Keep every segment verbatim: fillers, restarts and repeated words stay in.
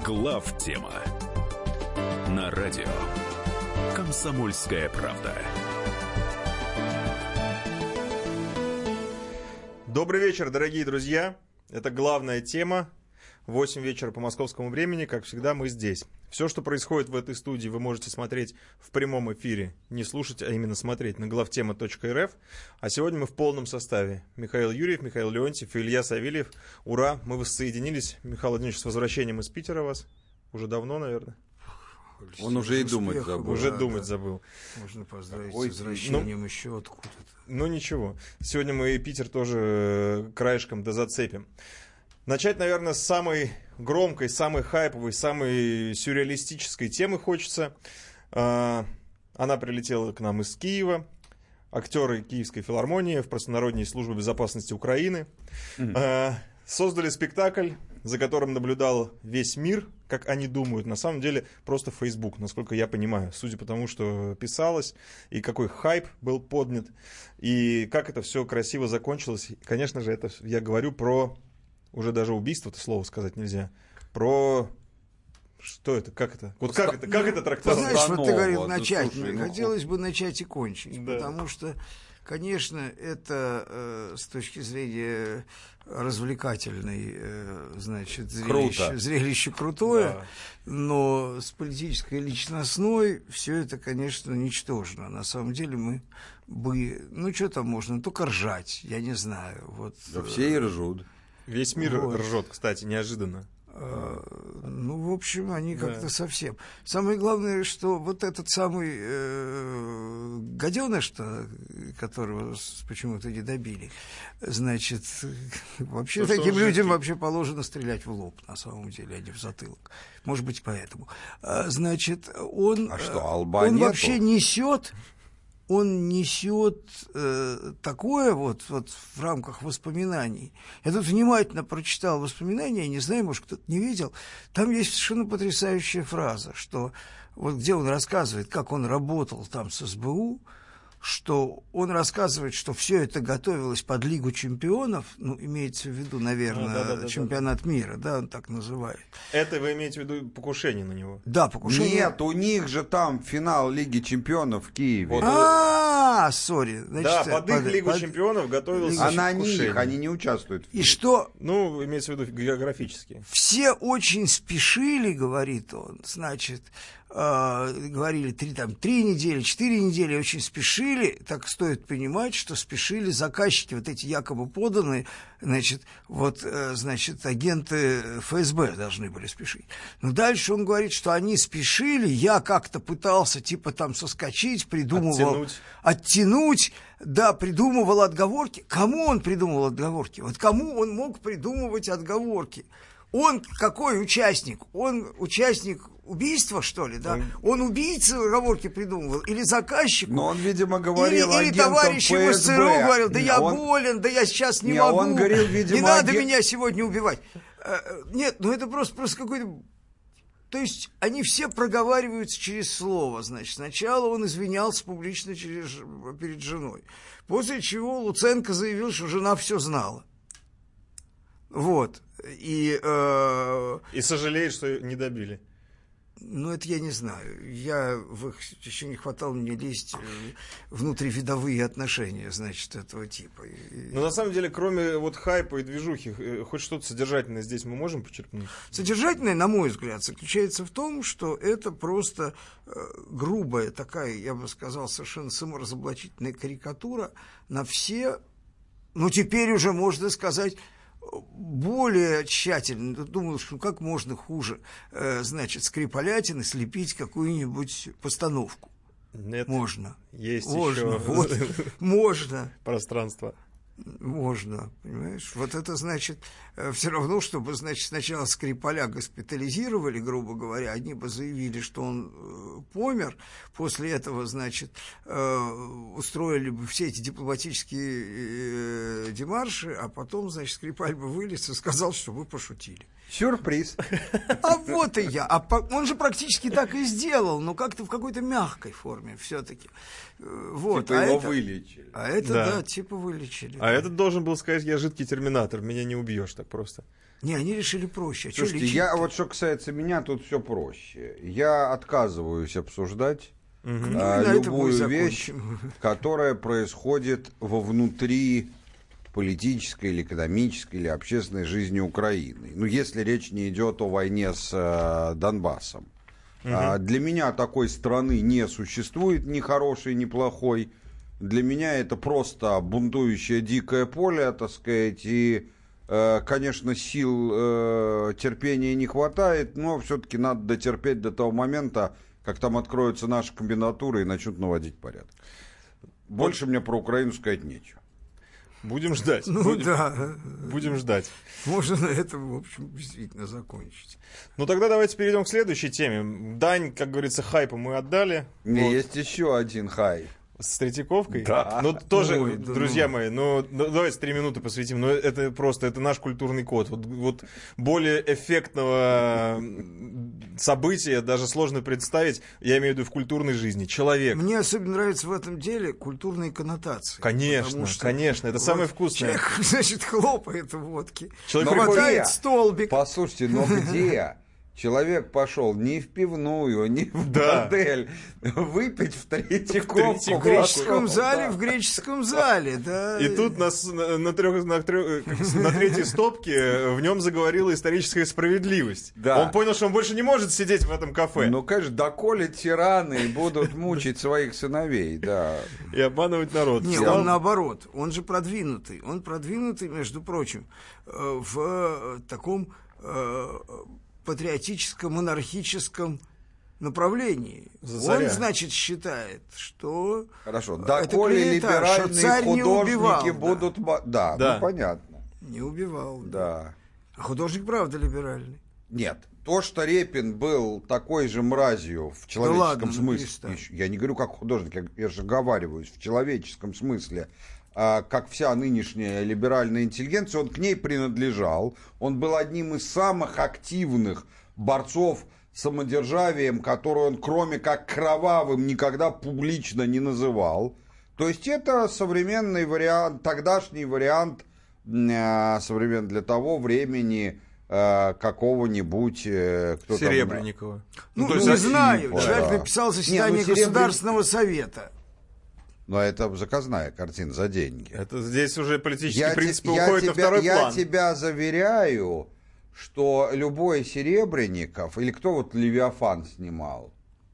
Главтема на радио «Комсомольская правда». Добрый вечер, дорогие друзья. Это главная тема. восемь вечера по московскому времени. Как всегда, мы здесь. Все, что происходит в этой студии, вы можете смотреть в прямом эфире. Не слушать, а именно смотреть на главтема точка эр эф. А сегодня мы в полном составе. Михаил Юрьев, Михаил Леонтьев и Илья Савельев. Ура, мы воссоединились. Михаил Владимирович, с возвращением из Питера вас. Уже давно, наверное. Он уже и думать забыл. Уже да, думать да. забыл. Можно поздравить Ой, с возвращением ну, еще откуда-то. Ну ничего. Сегодня мы и Питер тоже краешком да зацепим. Начать, наверное, с самой громкой, самой хайповой, самой сюрреалистической темы хочется. Она прилетела к нам из Киева. Актеры Киевской филармонии в простонародней службе безопасности Украины mm-hmm. создали спектакль, за которым наблюдал весь мир, как они думают. На самом деле просто Facebook, насколько я понимаю, судя по тому, что писалось, и какой хайп был поднят, и как это все красиво закончилось. Конечно же, это я говорю про... Уже даже убийство-то слово сказать нельзя. Про... Что это? Как это? Вот как это? Как это трактовать? Знаешь, вот ты говорил да, начать. слушай, ну, Хотелось бы начать и кончить. Да. Потому что, конечно, это э, с точки зрения развлекательной, э, значит, зрелище, Круто. зрелище крутое, Да. но с политической личностной все это, конечно, ничтожно. На самом деле мы бы... Ну, что там можно? Только ржать, я не знаю. Вот, Да все и ржут. Весь мир Вот. ржет, кстати, неожиданно. Ну, в общем, они как-то Да. совсем. Самое главное, что вот этот самый э, гаденыш-то, которого с- почему-то не добили, значит, вообще То, что таким он людям жидкий. вообще положено стрелять в лоб, на самом деле, а не в затылок. Может быть, поэтому. А, значит, он, А что, э, алба он нету? вообще несет... Он несет э, такое вот, вот в рамках воспоминаний. Я тут внимательно прочитал воспоминания, не знаю, может, кто-то не видел. Там есть совершенно потрясающая фраза, что вот где он рассказывает, как он работал там с эс бэ у, что он рассказывает, что все это готовилось под Лигу чемпионов, ну, имеется в виду, наверное, А, да-да-да-да. чемпионат мира, да, он так называет. Это вы имеете в виду покушение на него? Да, покушение. Нет, у них же там финал Лиги чемпионов в Киеве. Вот. А, сори. Да, под их Лигу под- чемпионов готовился А на покушение. них они не участвуют. И что Ну, имеется в виду географически. все очень спешили, говорит он, значит, э, говорили три, там, три недели, четыре недели, очень спешили, так стоит понимать, что спешили заказчики, вот эти якобы поданные, значит, вот, э, значит, агенты эф эс бэ должны были спешить. Но дальше он говорит, что они спешили, я как-то пытался, типа, там, соскочить, придумывал... Оттянуть. Оттянуть, да, придумывал отговорки. Кому он придумывал отговорки? Вот кому он мог придумывать отговорки? Он какой участник? Он участник убийства, что ли, да? Он убийца отговорки придумывал? Или заказчику? Но он, видимо, говорил Или, или агентам товарищ его эф эс бэ. ЦРУ говорил, да я Он- болен, да я сейчас не, Не, могу, он говорил, видимо, не надо аген- меня сегодня убивать. Э, э, Нет, ну это просто, просто какой-то... То есть они все проговариваются через слово. Значит, сначала он извинялся публично через, перед женой. После чего Луценко заявил, что жена все знала. Вот. И, э, И сожалеет, что не добили. ну, это я не знаю. Я в их еще не хватало мне лезть э, внутривидовые отношения, значит, этого типа. И- Но на самом деле, кроме вот хайпа и движухи, э, хоть что-то содержательное здесь мы можем почерпнуть? Содержательное, на мой взгляд, заключается в том, что это просто э, грубая такая, я бы сказал, совершенно саморазоблачительная карикатура на все, ну, теперь уже можно сказать, более тщательно, думаю, что как можно хуже, э, значит, Скрипалятины слепить какую-нибудь постановку. Нет. Можно. Есть Можно. еще Вот. Можно. пространство. Можно, понимаешь? Вот это значит, все равно, чтобы, значит, сначала Скрипаля госпитализировали, грубо говоря, они бы заявили, что он э, помер, после этого, значит, э, устроили бы все эти дипломатические э, демарши, а потом, значит, Скрипаль бы вылез и сказал, что вы пошутили. Сюрприз. А вот и я. А по... он же практически так и сделал, но как-то в какой-то мягкой форме все-таки. Вот. Типа а его это... вылечили. А это, Да. да, типа вылечили. А А этот должен был сказать: я жидкий терминатор, меня не убьешь так просто. Не, они решили проще. А Слушайте, я вот что касается меня, тут все проще. Я отказываюсь обсуждать Угу. Ну, а, на любую этом мы вещь, закончим. которая происходит вовнутри политической или экономической или общественной жизни Украины. Ну, если речь не идет о войне с э, Донбассом. Угу. А, для меня такой страны не существует, ни хорошей, ни плохой. Для меня это просто бунтующее дикое поле, так сказать, и, э, конечно, сил э, терпения не хватает, но все-таки надо дотерпеть до того момента, как там откроются наши комбинатуры и начнут наводить порядок. Больше вот. Мне про Украину сказать нечего. Будем ждать. Ну будем, да. Будем ждать. Можно на этом, в общем, действительно закончить. Ну тогда давайте перейдем к следующей теме. Дань, как говорится, хайпа мы отдали. Не, вот. Есть еще один хайп. С Третьяковкой? Да. Ну, тоже, Ой, да друзья ну. мои, ну, ну, давайте три минуты посвятим. Ну, это просто, это наш культурный код. Вот, вот более эффектного события даже сложно представить, я имею в виду в культурной жизни. Человек. Мне особенно нравится в этом деле культурные коннотации. Конечно, что конечно, это вот самое вкусное. Человек, значит, хлопает в водке, Человек хватает где? столбик. Послушайте, но где? Человек пошел не в пивную, не в Да. бордель, выпить в Третьяковку. В греческом зале, в греческом зале, да. И тут нас на, на, трех, на, трех, на третьей стопке в нем заговорила историческая справедливость. Да. Он понял, что он больше не может сидеть в этом кафе. Ну, конечно, доколе тираны будут мучить своих сыновей, да. И обманывать народ. Не, Стал- он наоборот, он же продвинутый. Он продвинутый, между прочим, э, в э, таком э, патриотическо-монархическом направлении. Заря. Он, значит, считает, что... Хорошо. это Доколе клевета, что либеральные царь не художники убивал, да. будут... ма- Да, Да. ну понятно. Не убивал. Да. А художник, правда, либеральный. Нет. То, что Репин был такой же мразью в человеческом ладно, ну, смысле, перестань. еще- я не говорю как художник, я, я же оговариваюсь, в человеческом смысле, а, как вся нынешняя либеральная интеллигенция, он к ней принадлежал, он был одним из самых активных борцов с самодержавием, который он, кроме как кровавым, никогда публично не называл. То есть это современный вариант, тогдашний вариант, э, современный для того времени, какого-нибудь э, кто Серебренникова. Ну, то не есть знаю. Осипова, Человек да. написал заседание Не, ну, Серебрен- Государственного совета. Но это заказная картина за деньги. Это здесь уже политические Я, принципы те- я уходят на тебя, второй я план. тебя заверяю, что любой Серебренников, или кто вот Левиафан снимал?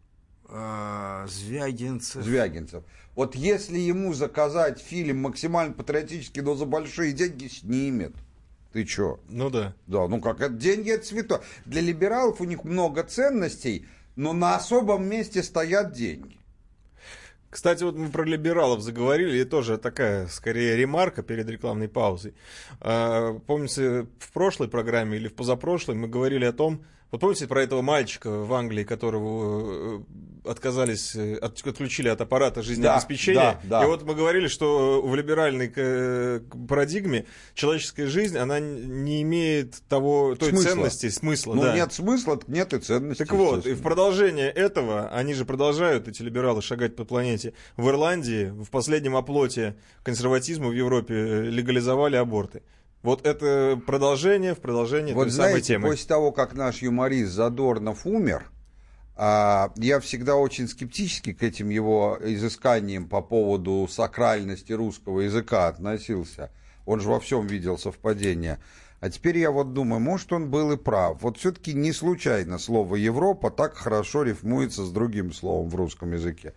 А, Звягинцев. Звягинцев. Вот если ему заказать фильм максимально патриотический, но за большие деньги, снимет. Ты чё? Ну да. Да, ну как, это деньги, это святое. Для либералов у них много ценностей, но на особом месте стоят деньги. Кстати, вот мы про либералов заговорили, и тоже такая, скорее, ремарка перед рекламной паузой. А, помните, в прошлой программе или в позапрошлой мы говорили о том, вот помните про этого мальчика в Англии, которого отказались, от, отключили от аппарата жизнеобеспечения? Да, да, да. И вот мы говорили, что в либеральной парадигме человеческая жизнь, она не имеет того, той Смысла. ценности, смысла. Ну, да. нет смысла, нет и ценности. Так вот, и в естественно. продолжение этого, они же продолжают, эти либералы, шагать по планете. В Ирландии в последнем оплоте консерватизма в Европе легализовали аборты. Вот это продолжение в продолжение Вот той знаете, самой темы. после того, как наш юморист Задорнов умер, а, я всегда очень скептически к этим его изысканиям по поводу сакральности русского языка относился. Он же во всем видел совпадение. А теперь я вот думаю, может, он был и прав. Вот все-таки не случайно слово «Европа» так хорошо рифмуется с другим словом в русском языке.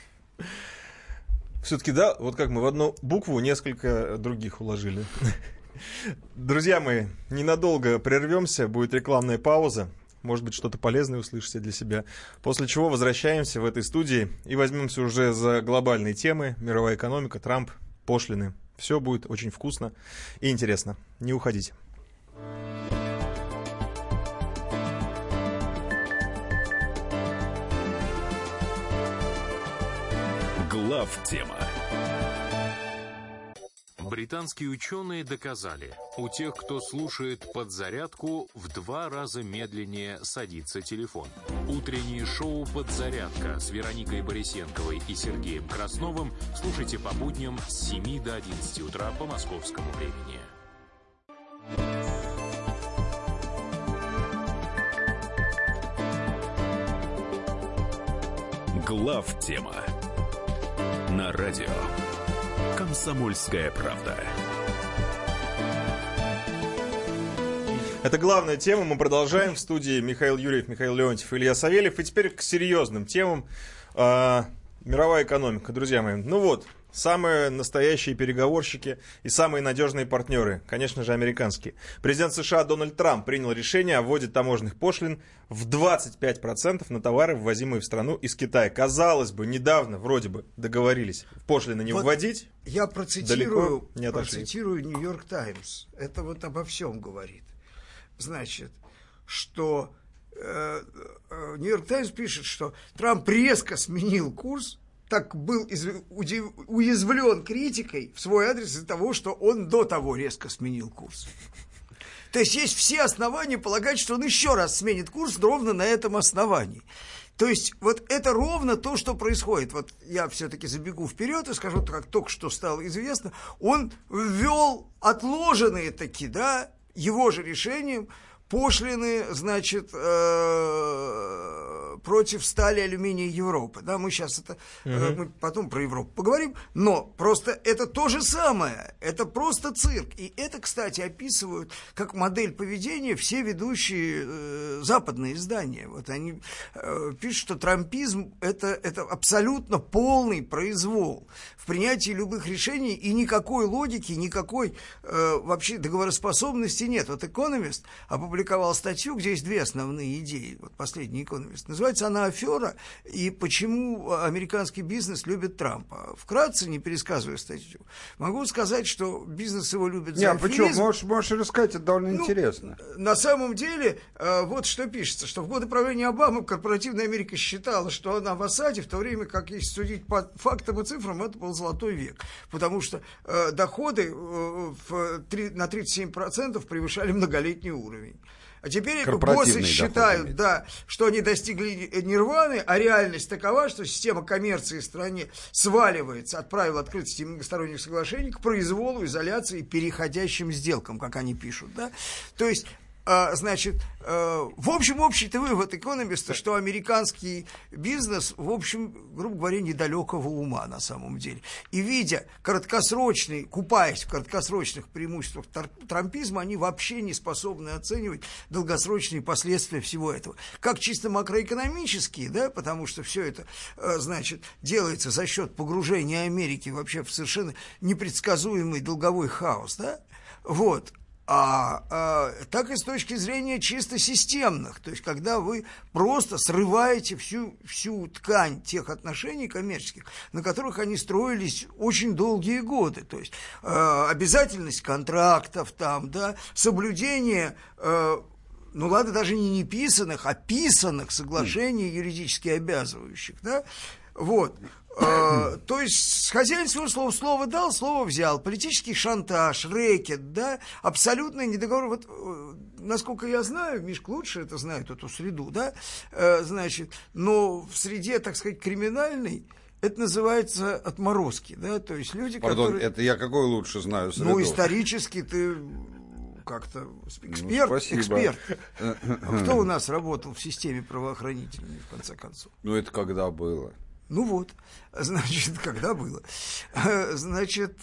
Все-таки, да, вот как мы в одну букву несколько других уложили. Друзья мои, ненадолго прервемся, будет рекламная пауза. Может быть, что-то полезное услышите для себя. После чего возвращаемся в этой студии и возьмемся уже за глобальные темы. Мировая экономика, Трамп, пошлины. Все будет очень вкусно и интересно. Не уходите. Главтема Британские ученые доказали, у тех, кто слушает «Подзарядку», в два раза медленнее садится телефон. Утреннее шоу «Подзарядка» с Вероникой Борисенковой и Сергеем Красновым слушайте по будням с семи до одиннадцати утра по московскому времени. Главтема на радио «Комсомольская правда». Это главная тема. Мы продолжаем. В студии Михаил Юрьев, Михаил Леонтьев, Илья Савельев. И теперь к серьезным темам. А, мировая экономика, друзья мои. Ну вот, самые настоящие переговорщики и самые надежные партнеры, конечно же, американские. Президент США Дональд Трамп принял решение о вводе таможенных пошлин в двадцать пять процентов на товары, ввозимые в страну из Китая. Казалось бы, недавно вроде бы договорились пошлины не вот вводить. Я процитирую, процитирую Нью-Йорк Таймс. Это вот обо всем говорит. Значит, что э, э, Нью-Йорк Таймс пишет, что Трамп резко сменил курс, так был из, удив, уязвлен критикой в свой адрес из-за того, что он до того резко сменил курс. То есть есть все основания полагать, что он еще раз сменит курс ровно на этом основании. То есть вот это ровно то, что происходит. Вот я все-таки забегу вперед и скажу, как только что стало известно, он ввел отложенные таки, да, его же решением пошлины, значит, э, против стали, алюминия Европы. Да, мы сейчас это, э, мы потом про Европу поговорим, но просто это то же самое, это просто цирк. И это, кстати, описывают как модель поведения все ведущие э, западные издания. Вот они э, пишут, что трампизм это, это абсолютно полный произвол в принятии любых решений, и никакой логики, никакой э, вообще договороспособности нет. Вот «Экономист» опубликовал статью, где есть две основные идеи. Вот последний «Экономист». Называется она «Афера» и почему американский бизнес любит Трампа. Вкратце, не пересказывая статью, могу сказать, что бизнес его любит за аферизм. Не, почему? Можешь, можешь рассказать, это довольно ну, интересно. На самом деле, э, вот что пишется, что в годы правления Обамы корпоративная Америка считала, что она в осаде, в то время как, если судить по фактам и цифрам, это был золотой век. Потому что э, доходы э, в, три, на тридцать семь процентов превышали многолетний уровень. А теперь боссы считают, да, что они достигли нирваны, а реальность такова, что система коммерции в стране сваливается от правил открытости и многосторонних соглашений к произволу, изоляции и переходящим сделкам, как они пишут. Да? То есть, а, значит, а, в общем, общий-то вывод «Экономиста», что американский бизнес, в общем, грубо говоря, недалекого ума на самом деле. И видя краткосрочный, купаясь в краткосрочных преимуществах трампизма, они вообще не способны оценивать долгосрочные последствия всего этого. Как чисто макроэкономические, да, потому что все это, значит, делается за счет погружения Америки вообще в совершенно непредсказуемый долговой хаос, да, вот. А, а так и с точки зрения чисто системных, то есть когда вы просто срываете всю, всю ткань тех отношений коммерческих, на которых они строились очень долгие годы, то есть э, обязательность контрактов там, да, соблюдение, э, ну ладно, даже не неписанных, а писанных соглашений юридически обязывающих, да, вот. Uh, то есть хозяин своего слова, слово дал, слово взял. Политический шантаж, рэкет, да, абсолютный недоговор. Вот, uh, насколько я знаю, Мишка лучше это знает, эту среду, да, uh, значит, но в среде, так сказать, криминальной это называется отморозки, да, то есть люди, Пардон, которые... это я какой лучше знаю среду? Ну, исторически ты... как-то эксперт, ну, эксперт. Кто у нас работал в системе правоохранительной, в конце концов? Ну, это когда было? Ну вот, значит, когда было. Значит,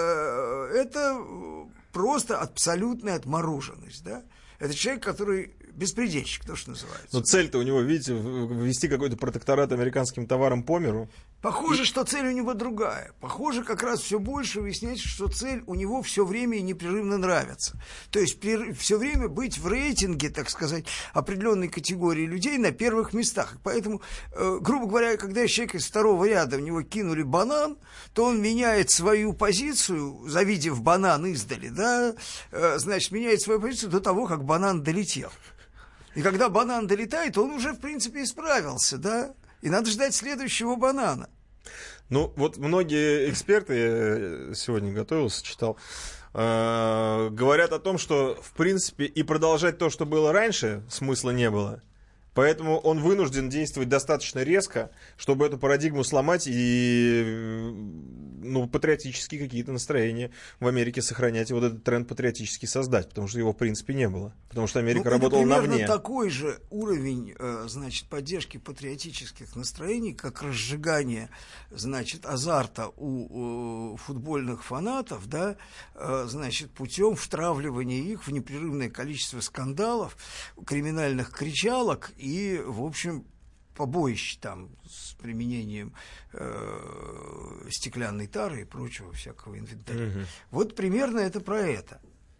это просто абсолютная отмороженность, да? Это человек, который беспредельщик, то, что называется. Но цель-то у него, видите, ввести какой-то протекторат американским товарам по миру. Похоже, что цель у него другая. Похоже, как раз все больше выясняется, что цель у него все время и непрерывно нравится. То есть все время быть в рейтинге, так сказать, определенной категории людей на первых местах. Поэтому, э, грубо говоря, когда человек из второго ряда в него кинули банан, то он меняет свою позицию, завидев банан издали, да, э, значит, меняет свою позицию до того, как банан долетел. И когда банан долетает, он уже, в принципе, исправился, да, и надо ждать следующего банана. Ну, вот многие эксперты, я сегодня готовился, читал, э, говорят о том, что, в принципе, и продолжать то, что было раньше, смысла не было. Поэтому он вынужден действовать достаточно резко, чтобы эту парадигму сломать и, ну, патриотические какие-то настроения в Америке сохранять, и вот этот тренд патриотический создать, потому что его, в принципе, не было. Потому что Америка ну, работала навне. Примерно такой же уровень, значит, поддержки патриотических настроений, как разжигание, значит, азарта у футбольных фанатов, да, значит, путем втравливания их в непрерывное количество скандалов, криминальных кричалок и, в общем, побоищ там с применением э, стеклянной тары и прочего всякого инвентаря. Угу. Вот примерно это про это.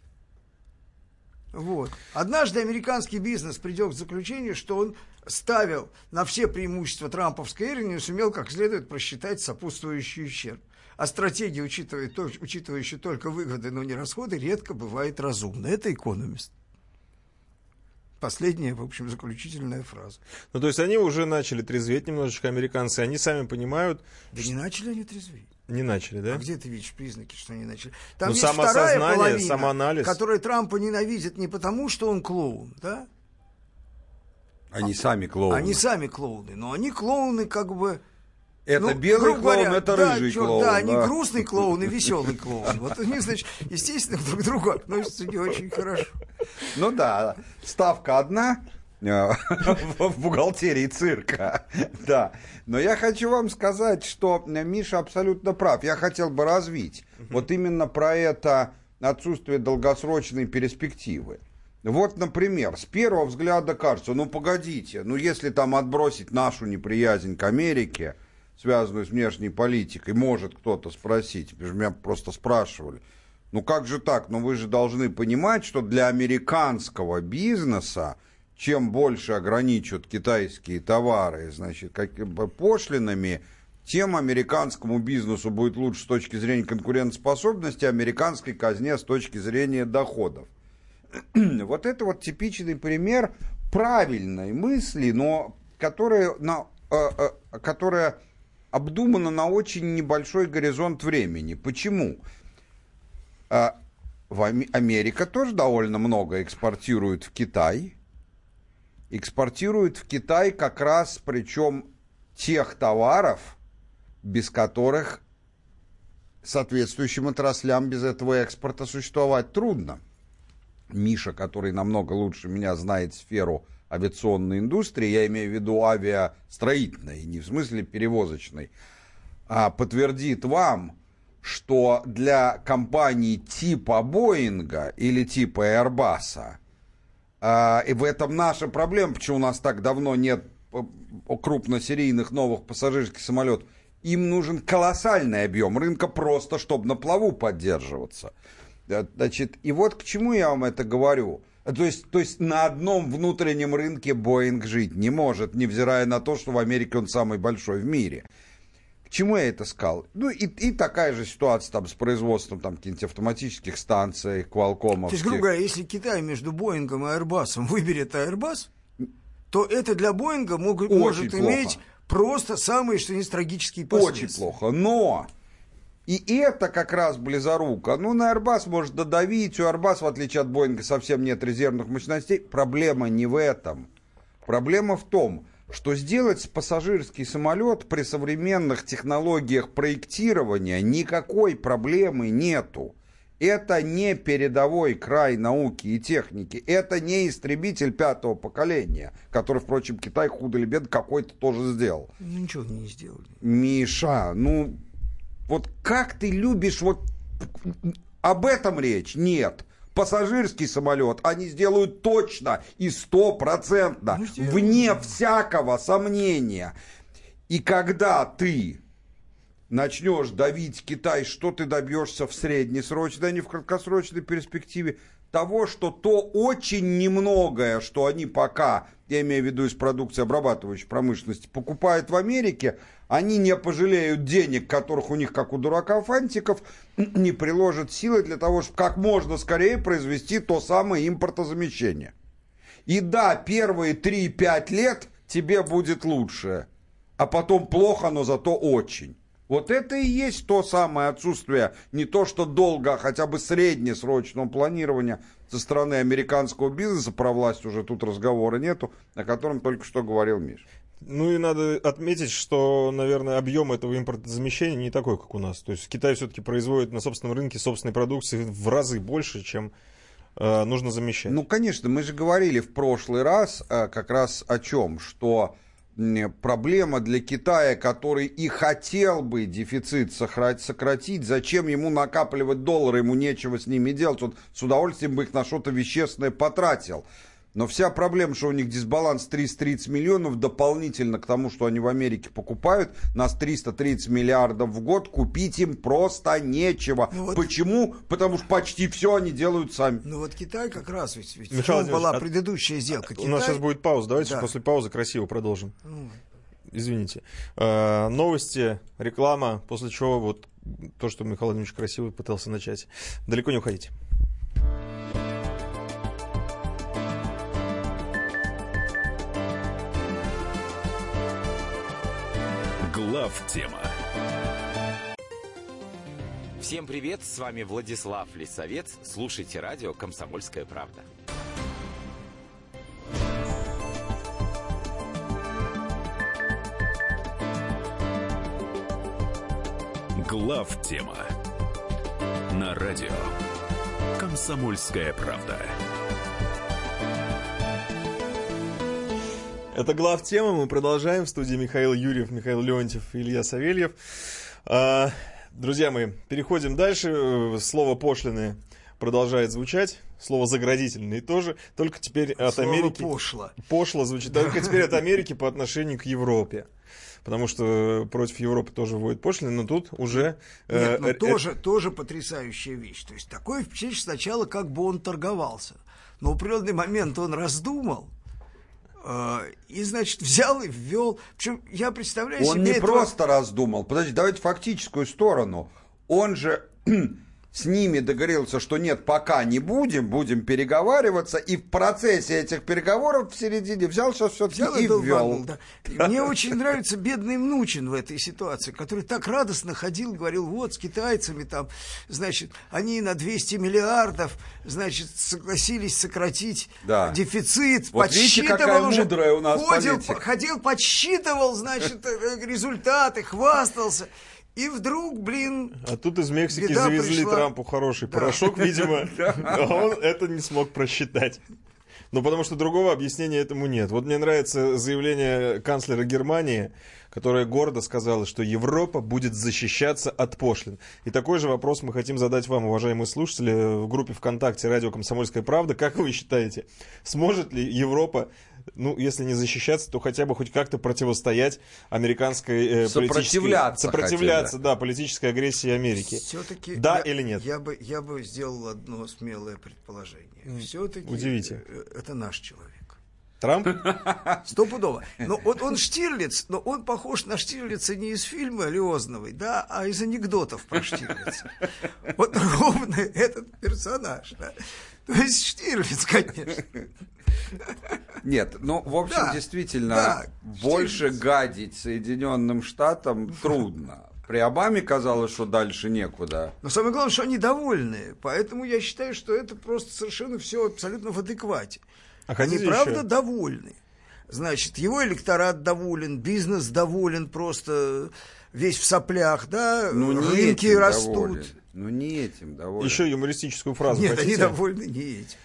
Вот. Однажды американский бизнес придет к заключению, что он ставил на все преимущества трамповской эры и не сумел как следует просчитать сопутствующий ущерб. А стратегия, учитывая, учитывающая только выгоды, но не расходы, редко бывает разумна. Это «Экономист». Последняя, в общем, заключительная фраза. Ну, то есть они уже начали трезветь немножечко, американцы, они сами понимают... Да что... не начали они трезветь. Не начали, да? А где ты видишь признаки, что они начали? Там ну, есть вторая половина, самоанализ, которая Трампа ненавидит не потому, что он клоун, да? Они а, сами клоуны. Они сами клоуны, но они клоуны как бы... Это ну, белый клоун, говоря, это да, рыжий черт, клоун. Да, да, они грустный клоун и веселый клоун. Вот они, значит, естественно, друг к другу относятся не очень хорошо. Ну да, ставка одна в бухгалтерии цирка. Да. Но я хочу вам сказать, что Миша абсолютно прав. Я хотел бы развить вот именно про это отсутствие долгосрочной перспективы. Вот, например, с первого взгляда кажется, ну погодите, ну если там отбросить нашу неприязнь к Америке, связанную с внешней политикой, может кто-то спросить, потому что меня просто спрашивали, ну как же так, ну вы же должны понимать, что для американского бизнеса, чем больше ограничат китайские товары, значит, как, пошлинами, тем американскому бизнесу будет лучше с точки зрения конкурентоспособности, американской казне с точки зрения доходов. Вот это вот типичный пример правильной мысли, но которая, на, э, э, которая обдумана на очень небольшой горизонт времени. Почему? Э, в Ам- Америка тоже довольно много экспортирует в Китай. Экспортирует в Китай как раз, причем, тех товаров, без которых соответствующим отраслям без этого экспорта существовать трудно. Миша, который намного лучше меня знает сферу авиационной индустрии, я имею в виду авиастроительной, не в смысле перевозочной, а подтвердит вам, что для компаний типа Боинга или типа Airbus, а, и в этом наша проблема, почему у нас так давно нет крупносерийных новых пассажирских самолетов, им нужен колоссальный объем рынка просто, чтобы на плаву поддерживаться. Значит, и вот к чему я вам это говорю. То есть, то есть на одном внутреннем рынке Боинг жить не может, невзирая на то, что в Америке он самый большой в мире. К чему я это сказал? Ну и, и такая же ситуация там, с производством там, каких-нибудь автоматических станций, квалкомовских. То есть, грубо говоря, если Китай между Боингом и Airbus выберет Airbus, то это для Боинга мог, может плохо. Иметь просто самые, что ни трагические последствия. Очень плохо, но... И это как раз близоруко. Ну, на Airbus может додавить. У Airbus, в отличие от Боинга, совсем нет резервных мощностей. Проблема не в этом. Проблема в том, что сделать пассажирский самолет при современных технологиях проектирования никакой проблемы нету. Это не передовой край науки и техники. Это не истребитель пятого поколения, который, впрочем, Китай худо или бедно какой-то тоже сделал. Ну, ничего не сделали. Миша, ну... Вот как ты любишь, вот об этом речь? Нет. Пассажирский самолет они сделают точно и стопроцентно, ну, вне всякого сомнения. И когда ты начнешь давить Китай, что ты добьешься в среднесрочной, а не в краткосрочной перспективе? Того, что то очень немногое, что они пока, я имею в виду из продукции обрабатывающей промышленности, покупают в Америке, они не пожалеют денег, которых у них, как у дурака фантиков, не приложат силы для того, чтобы как можно скорее произвести то самое импортозамещение. И да, первые три-пять лет тебе будет лучше, а потом плохо, но зато очень. Вот это и есть то самое отсутствие не то что долга, а хотя бы среднесрочного планирования со стороны американского бизнеса, про власть уже тут разговора нету, о котором только что говорил Миш. Ну и надо отметить, что, наверное, объем этого импортозамещения не такой, как у нас. То есть Китай все-таки производит на собственном рынке собственной продукции в разы больше, чем э, нужно замещать. Ну, конечно, мы же говорили в прошлый раз э, как раз о чем, что э, проблема для Китая, который и хотел бы дефицит сократить, зачем ему накапливать доллары, ему нечего с ними делать, он с удовольствием бы их на что-то вещественное потратил. Но вся проблема, что у них дисбаланс триста тридцать миллионов, дополнительно к тому, что они в Америке покупают, нас триста тридцать миллиардов в год, купить им просто нечего. Ну вот, почему? Потому что почти все они делают сами. Ну вот Китай как раз, ведь, ведь Михаил была а... предыдущая сделка. У Китай... нас сейчас будет пауза, давайте да. после паузы красиво продолжим. Ну... Извините. Э, новости, реклама, после чего вот то, что Михаил Владимирович красиво пытался начать. Далеко не уходите. Главтема. Всем привет, с вами Владислав Лисовец. Слушайте радио «Комсомольская правда». Главтема. На радио «Комсомольская правда». Это главтема. Мы продолжаем. В студии Михаил Юрьев, Михаил Леонтьев и Илья Савельев. Друзья мои, переходим дальше. Слово «пошлины» продолжает звучать. Слово «заградительный» тоже. Только теперь от Слово Америки... «пошло». Пошло звучит. Только теперь от Америки по отношению к Европе. Потому что против Европы тоже вводят пошлины, но тут уже... Нет, ну э, тоже, э, тоже потрясающая вещь. То есть такое впечатление сначала, как бы он торговался. Но в определенный момент он раздумал. И, значит, взял и ввел. Причем я представляю Он себе... не этого... просто раздумал. Подождите, давайте фактическую сторону. Он же с ними договорился, что нет, пока не будем, будем переговариваться. И в процессе этих переговоров в середине взял сейчас все-таки Взял и и ввел. Да. Мне очень нравится бедный Мнучин в этой ситуации, который так радостно ходил, говорил, вот, с китайцами там, значит, они на двести миллиардов, значит, согласились сократить да. дефицит, вот подсчитывал видите, какая уже, мудрая у нас ходил, политика. ходил, подсчитывал, значит, результаты, хвастался. И вдруг, блин... А тут из Мексики завезли пришла... Трампу хороший да. порошок, видимо, а он это не смог просчитать. Ну, потому что другого объяснения этому нет. Вот мне нравится заявление канцлера Германии, которая гордо сказала, что Европа будет защищаться от пошлин. И такой же вопрос мы хотим задать вам, уважаемые слушатели, в группе ВКонтакте «Радио Комсомольская правда». Как вы считаете, сможет ли Европа, ну, если не защищаться, то хотя бы хоть как-то противостоять американской э, сопротивляться, сопротивляться, да, политической агрессии Америки? Все-таки да я, или нет? Я бы, я бы сделал одно смелое предположение. Все-таки Удивите. Это наш человек. Трамп? Стопудово. Но вот он Штирлиц, но он похож на Штирлица не из фильма Лиозновой, да, а из анекдотов про Штирлица. Вот ровно этот персонаж, да. То есть Штирлиц, конечно. Нет, ну, в общем, да, действительно, да, больше Штирлиц. Гадить Соединенным Штатам трудно. При Обаме казалось, что дальше некуда. Но самое главное, что они довольны. Поэтому я считаю, что это просто совершенно все абсолютно в адеквате. А они, правда, еще? довольны. Значит, его электорат доволен, бизнес доволен, просто весь в соплях, да, ну, рынки растут. Доволен. Ну, не этим доволен. Еще юмористическую фразу Нет, хотите? они довольны не этим.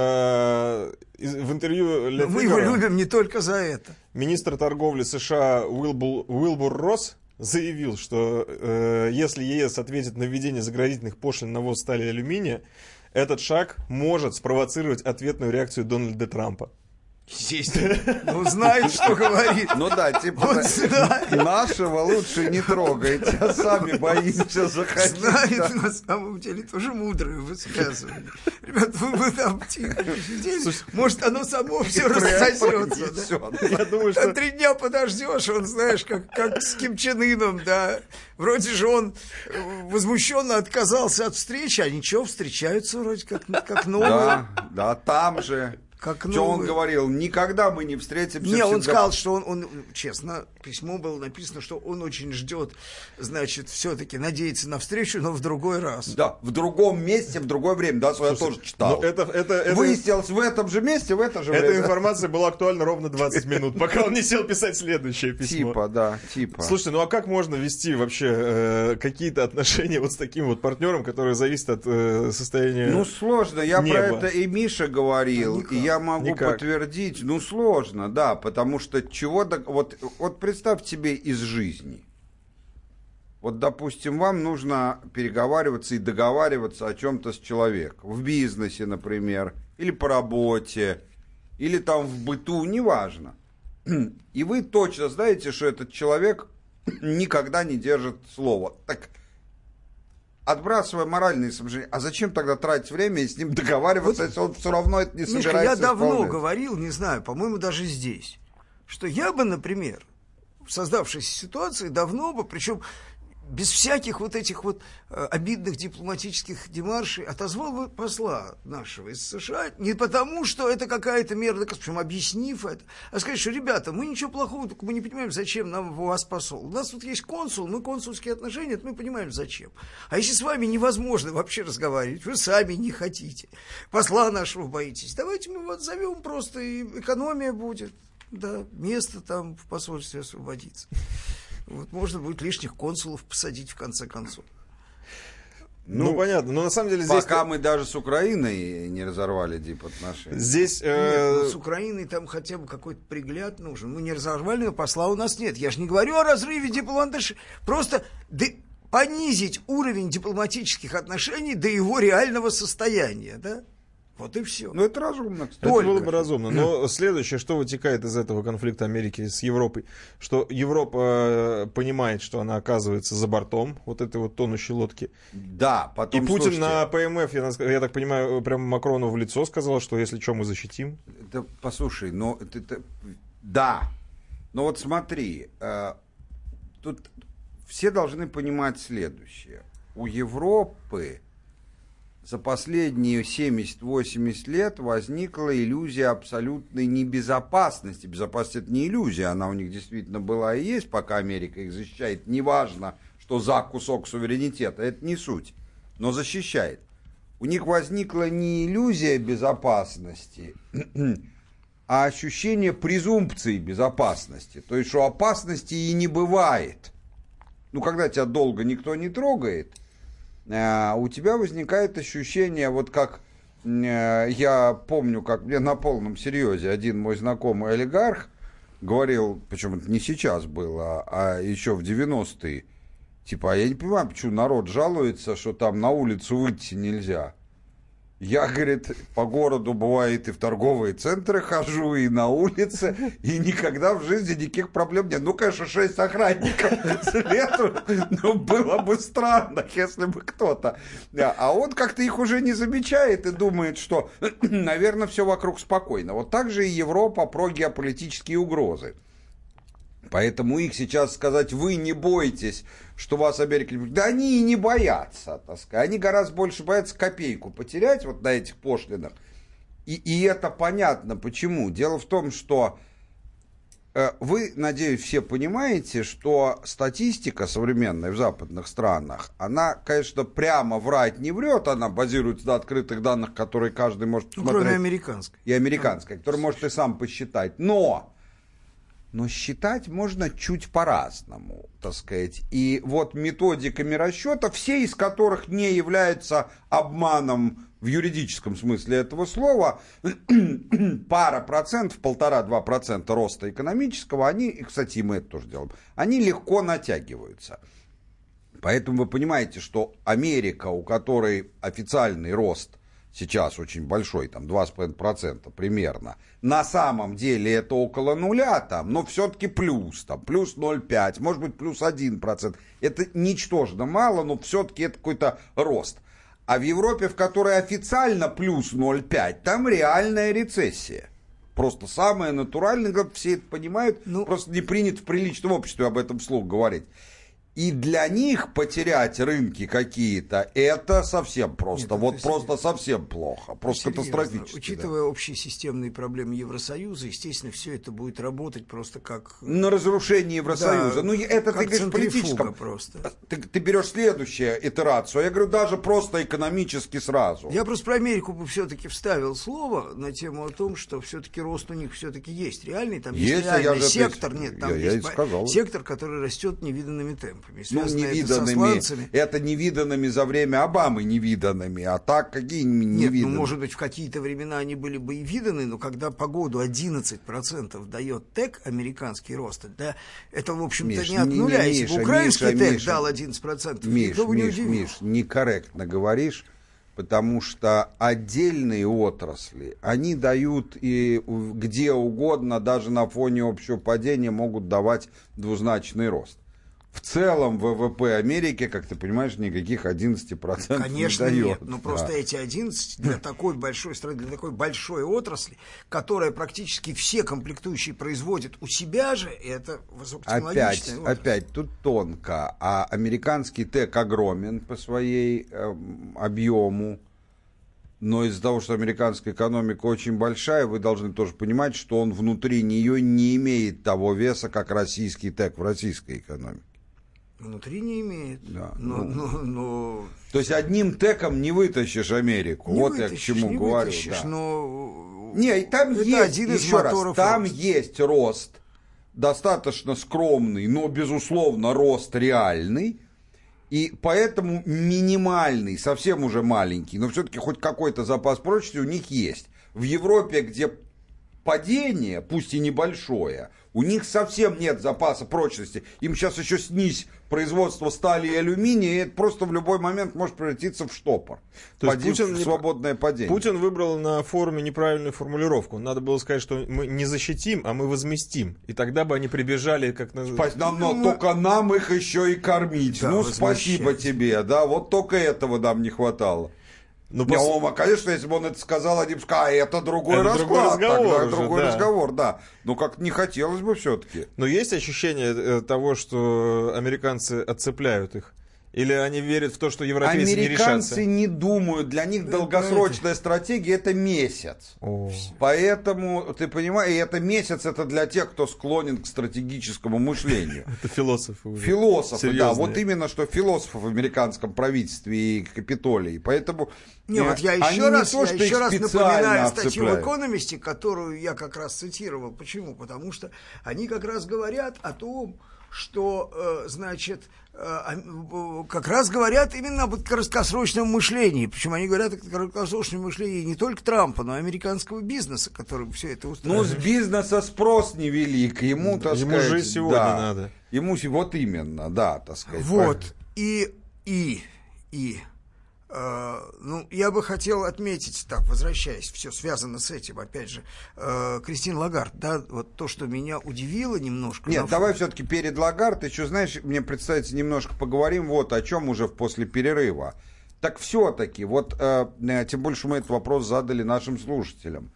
В интервью Ле Мы его любим не только за это. Министр торговли США Уилбур, Уилбур Росс заявил, что э, если ЕС ответит на введение заградительных пошлин на ввоз стали и алюминия, этот шаг может спровоцировать ответную реакцию Дональда Трампа. Естественно. Ну, знает, что говорит. Ну да, типа, нашего лучше не трогайте, а сами боимся заходить. Знает, на самом деле, тоже мудрое высказывание. Ребята, вы там тихо сидели, может, оно само все рассосется. Я думаю, что... Три дня подождешь, он, знаешь, как с Ким Чен Ыном, да. Вроде же он возмущенно отказался от встречи, а ничего, встречаются вроде как новые. Да, да, там же... Как Что новый... он говорил, никогда мы не встретимся. Не, он всегда... сказал, что он, он, честно, письмо было написано, что он очень ждет, значит, все-таки надеется на встречу, но в другой раз. Да, в другом месте, в другое время, да, я тоже читал. Это, это, это... Выяснилось в этом же месте, в это же Эта время. информация была актуальна ровно двадцать минут, пока он не сел писать следующее письмо. Типа, да, типа. Слушайте, ну а как можно вести вообще э, какие-то отношения вот с таким вот партнером, который зависит от э, состояния Ну, сложно. Я неба. про это и Миша говорил, Никак. и я могу Никак. подтвердить. Ну, сложно, да, потому что чего-то... Вот, вот представь себе из жизни. Вот, допустим, вам нужно переговариваться и договариваться о чем-то с человеком. В бизнесе, например, или по работе, или там в быту, неважно. И вы точно знаете, что этот человек никогда не держит слова. Так, отбрасывая моральные соображения, а зачем тогда тратить время и с ним договариваться, вот, если он все равно это не Мишка, собирается я давно исполнять? говорил, не знаю, по-моему, даже здесь, что я бы, например, в создавшейся ситуации давно бы, причем без всяких вот этих вот э, обидных дипломатических демаршей отозвал бы посла нашего из США, не потому, что это какая-то мера доказательства, причем объяснив это, а сказать, что, ребята, мы ничего плохого, только мы не понимаем, зачем нам у вас посол. У нас тут есть консул, мы консульские отношения, это мы понимаем, зачем. А если с вами невозможно вообще разговаривать, вы сами не хотите, посла нашего боитесь, давайте мы вот зовем просто, и экономия будет, да, место там в посольстве освободится. Вот можно будет лишних консулов посадить в конце концов. Ну, ну понятно, но на самом деле здесь... Пока мы даже с Украиной не разорвали дипотношения. Здесь... Нет, э... ну, с Украиной там хотя бы какой-то пригляд нужен. Мы не разорвали, но посла у нас нет. Я же не говорю о разрыве дипломатических... Просто да, понизить уровень дипломатических отношений до его реального состояния, да? Вот и все. Ну, это разумно, кстати. Это было бы разумно. Но следующее, что вытекает из этого конфликта Америки с Европой, что Европа понимает, что она оказывается за бортом вот этой вот тонущей лодки. Да, потом, и Путин слушайте, на ПМФ, я, я так понимаю, прямо Макрону в лицо сказал, что если что, мы защитим. Это, послушай, ну, это, это, да, но вот смотри, э, тут все должны понимать следующее. У Европы за последние семьдесят-восемьдесят лет возникла иллюзия абсолютной небезопасности. Безопасность — это не иллюзия, она у них действительно была и есть, пока Америка их защищает. Неважно, что за кусок суверенитета, это не суть, но защищает. У них возникла не иллюзия безопасности, а ощущение презумпции безопасности. То есть, что опасности и не бывает. Ну, когда тебя долго никто не трогает, у тебя возникает ощущение, вот как я помню, как мне на полном серьезе один мой знакомый олигарх говорил, причем это не сейчас было, а еще в девяностые, типа, а я не понимаю, почему народ жалуется, что там на улицу выйти нельзя. Я, говорит, по городу, бывает, и в торговые центры хожу, и на улице, и никогда в жизни никаких проблем нет. Ну, конечно, шесть охранников следует, но было бы странно, если бы кто-то. А он как-то их уже не замечает и думает, что, наверное, все вокруг спокойно. Вот так же и Европа про геополитические угрозы. Поэтому их сейчас сказать, вы не бойтесь, что вас Америка... Да они и не боятся, так сказать. Они гораздо больше боятся копейку потерять вот на этих пошлинах. И, и это понятно, почему. Дело в том, что э, вы, надеюсь, все понимаете, что статистика современная в западных странах, она, конечно, прямо врать не врет, она базируется на открытых данных, которые каждый может посмотреть. Ну, кроме американской. И американской, которую может и сам посчитать. Но... Но считать можно чуть по-разному, так сказать. И вот методиками расчета, все из которых не являются обманом в юридическом смысле этого слова, пара процентов, полтора-два процента роста экономического, они, и, кстати, мы это тоже делаем, они легко натягиваются. Поэтому вы понимаете, что Америка, у которой официальный рост сейчас очень большой, там два с половиной процента примерно, на самом деле это около нуля, там, но все-таки плюс, там, плюс ноль целых пять, может быть, плюс один процент. Это ничтожно мало, но все-таки это какой-то рост. А в Европе, в которой официально плюс ноль целых пять, там реальная рецессия. Просто самое натуральное, все это понимают, ну, просто не принято в приличном обществе об этом вслух говорить. И для них потерять рынки какие-то, это совсем просто. Нет, вот просто серьезно. Совсем плохо. Просто серьезно. Катастрофически. Учитывая да. общие системные проблемы Евросоюза, естественно, все это будет работать просто как... На разрушение Евросоюза. Да, ну, это ты говоришь политическом. Просто. Ты, ты берешь следующую итерацию. Я говорю, даже просто экономически сразу. Я просто про Америку бы все-таки вставил слово на тему о том, что все-таки рост у них все-таки есть. Реальный, там есть, есть реальный сектор. Это... Нет, там я, есть я сектор, который растет невиданными темпами. Ну, невиданными, это невиданными за время Обамы невиданными, а так какие невиданные? Нет, ну, может быть, в какие-то времена они были бы и виданы, но когда по году одиннадцать процентов дает ТЭК, американский рост, да, это, в общем-то, Миш, не от нуля. Не, не, Если бы украинский Миша, ТЭК Миша, дал одиннадцать процентов, Миш, никто бы не Миш, удивил. Миш, некорректно говоришь, потому что отдельные отрасли, они дают и где угодно, даже на фоне общего падения, могут давать двузначный рост. В целом ВВП Америки, как ты понимаешь, никаких одиннадцать процентов Конечно, не дает. Нет, но просто да. эти одиннадцать для такой большой страны, для такой большой отрасли, которая практически все комплектующие производит у себя же, это высокотехнологичная отрасль. Опять, тут тонко. А американский ТЭК огромен по своей э, объему. Но из-за того, что американская экономика очень большая, вы должны тоже понимать, что он внутри нее не имеет того веса, как российский ТЭК в российской экономике. Внутри не имеет. Да. Но, ну, но, но... То есть одним ТЭКом не вытащишь Америку. Не вот вытащишь, я к чему не говорю. Вытащишь, да. но... Не, там это есть, один из еще раз, там роста. есть рост, достаточно скромный, но, безусловно, рост реальный. И поэтому минимальный, совсем уже маленький, но все-таки хоть какой-то запас прочности у них есть. В Европе, где падение, пусть и небольшое, у них совсем нет запаса прочности. Им сейчас еще снизь производство стали и алюминия, и это просто в любой момент может превратиться в штопор. То есть Путин в свободное падение. Путин выбрал на форуме неправильную формулировку. Надо было сказать, что мы не защитим, а мы возместим. И тогда бы они прибежали как... на... Спас... Но, но ну, только нам их еще и кормить. Да, ну, спасибо тебе. Да, вот только этого нам не хватало. Ну, пос... Не, он, конечно, если бы он это сказал, они бы сказали, а это другой это расклад, другой разговор, тогда, уже, другой да. разговор, да. Но как не хотелось бы все-таки. Но есть ощущение того, что американцы отцепляют их? Или они верят в то, что европейцы не решатся? Американцы не думают, для них долгосрочная стратегия — это месяц. О. Поэтому, ты понимаешь, и это месяц, это для тех, кто склонен к стратегическому мышлению. Это философы уже. Философы, да, вот именно что философы в американском правительстве и Капитолии. Поэтому не, вот я еще раз, я еще раз напоминаю статью в «Экономисте», которую я как раз цитировал. Почему? Потому что они как раз говорят о том, что, э, значит, э, как раз говорят именно об краткосрочном мышлении. Причем они говорят о краткосрочном мышлении не только Трампа, но и американского бизнеса, который все это устраивает. Ну, с бизнеса спрос невелик. Ему, так ему сказать, же сегодня да, надо. Ему вот именно, да, так сказать. Вот. И, и, и... Uh, ну, я бы хотел отметить, так, возвращаясь, все связано с этим, опять же, uh, Кристин Лагард, да, вот то, что меня удивило немножко. Нет, на... давай все-таки перед Лагард, еще, знаешь, мне представится, немножко поговорим вот о чем уже после перерыва. Так все-таки, вот, э, тем больше мы этот вопрос задали нашим слушателям.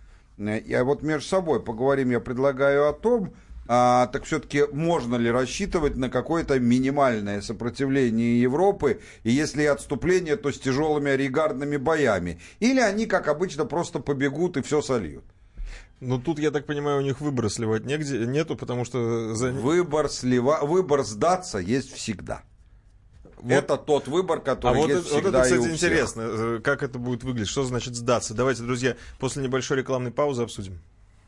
Я вот между собой поговорим, я предлагаю о том, А, так все-таки можно ли рассчитывать на какое-то минимальное сопротивление Европы, и если и отступление, то с тяжелыми оригардными боями? Или они, как обычно, просто побегут и все сольют? Ну, тут, я так понимаю, у них выбора сливать негде, нету, потому что... За... Выбор, слива... Выбор сдаться есть всегда. Вот. Это тот выбор, который а есть вот всегда. Вот это, и кстати, у интересно, всех. Как это будет выглядеть, что значит сдаться. Давайте, друзья, после небольшой рекламной паузы обсудим.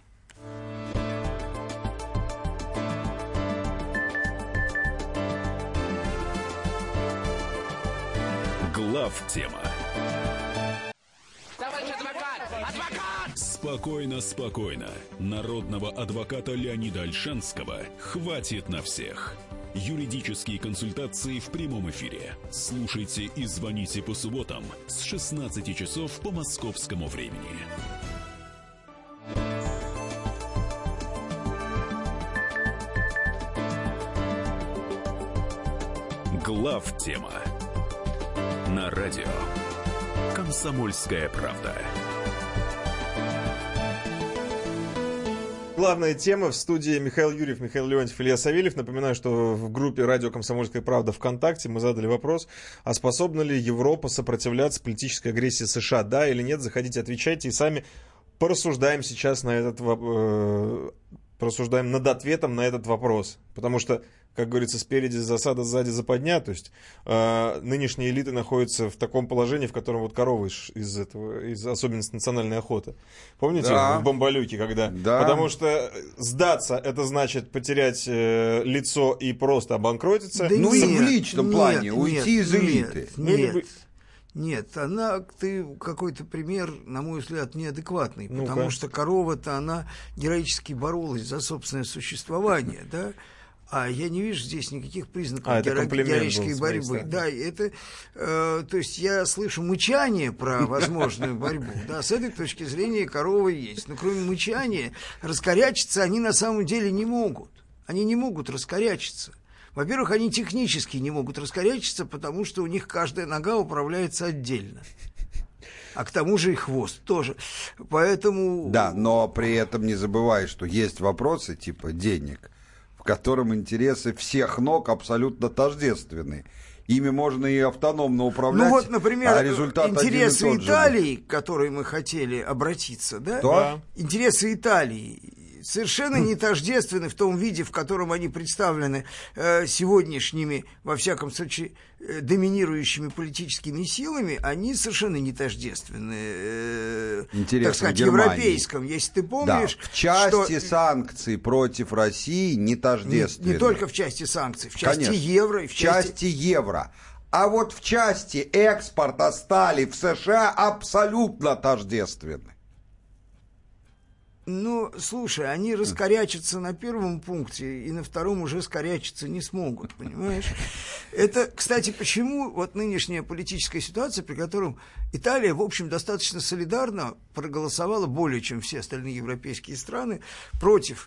Главтема. Товарищ адвокат! Адвокат! Спокойно, спокойно. Народного адвоката Леонида Ольшанского хватит на всех. Юридические консультации в прямом эфире. Слушайте и звоните по субботам с шестнадцати часов по московскому времени. Главтема. На радио «Комсомольская правда». главная тема. В студии Михаил Юрьев, Михаил Леонтьев, Илья Савельев. Напоминаю, что в группе «Радио Комсомольская правда» ВКонтакте мы задали вопрос, а способна ли Европа сопротивляться политической агрессии США? Да или нет? Заходите, отвечайте и сами порассуждаем сейчас на этот вопрос. Порассуждаем над ответом на этот вопрос. Потому что, как говорится, спереди засада, сзади западня. То есть э, нынешние элиты находятся в таком положении, в котором вот коровы из, из этого, из особенности национальной охоты. Помните, да. в Бомбалюке, когда? Да. Потому что сдаться, это значит потерять э, лицо и просто обанкротиться. Да ну нет, и в личном нет, плане нет, уйти из элиты. Нет, Или бы... Нет, она, ты какой-то пример, на мой взгляд, неадекватный, Ну-ка. потому что корова-то, она героически боролась за собственное существование, да, а я не вижу здесь никаких признаков А, это геро- комплимент героической был с моей борьбы. стороны. Да, это, э, то есть я слышу мычание про возможную борьбу, да, с этой точки зрения корова есть, но кроме мычания раскорячиться они на самом деле не могут, они не могут раскорячиться. Во-первых, они технически не могут раскорячиться, потому что у них каждая нога управляется отдельно. А к тому же и хвост тоже. Поэтому... Да, но при этом не забывай, что есть вопросы типа денег, в котором интересы всех ног абсолютно тождественны. Ими можно и автономно управлять, ну вот, например, а результат интересы один и тот же. Италии, к которой мы хотели обратиться, да? Да. Интересы Италии совершенно не тождественны в том виде, в котором они представлены э, сегодняшними, во всяком случае, э, доминирующими политическими силами, они совершенно не тождественны, э, так сказать, европейском. Если ты помнишь, да, в части что... санкций против России не тождественны. Не, не только в части санкций, в части Конечно, евро. И в, в части... части евро. А вот в части экспорта стали в США абсолютно тождественны. Ну, слушай, они раскорячатся на первом пункте, и на втором уже скорячиться не смогут, понимаешь? Это, кстати, почему вот нынешняя политическая ситуация, при которой Италия, в общем, достаточно солидарно проголосовала более, чем все остальные европейские страны, против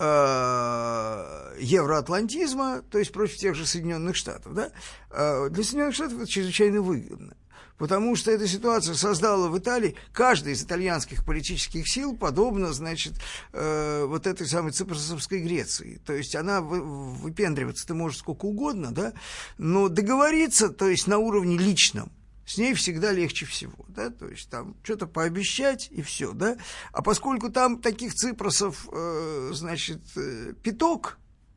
э, евроатлантизма, то есть против тех же Соединенных Штатов, да? Э, для Соединенных Штатов это чрезвычайно выгодно. Потому что эта ситуация создала в Италии, каждая из итальянских политических сил подобна, значит, э, вот этой самой ципросовской Греции. То есть она вы, выпендриваться-то может сколько угодно, да, но договориться, то есть на уровне личном, с ней всегда легче всего, да, то есть там что-то пообещать и все, да. А поскольку там таких ципросов, э, значит, э, пяток,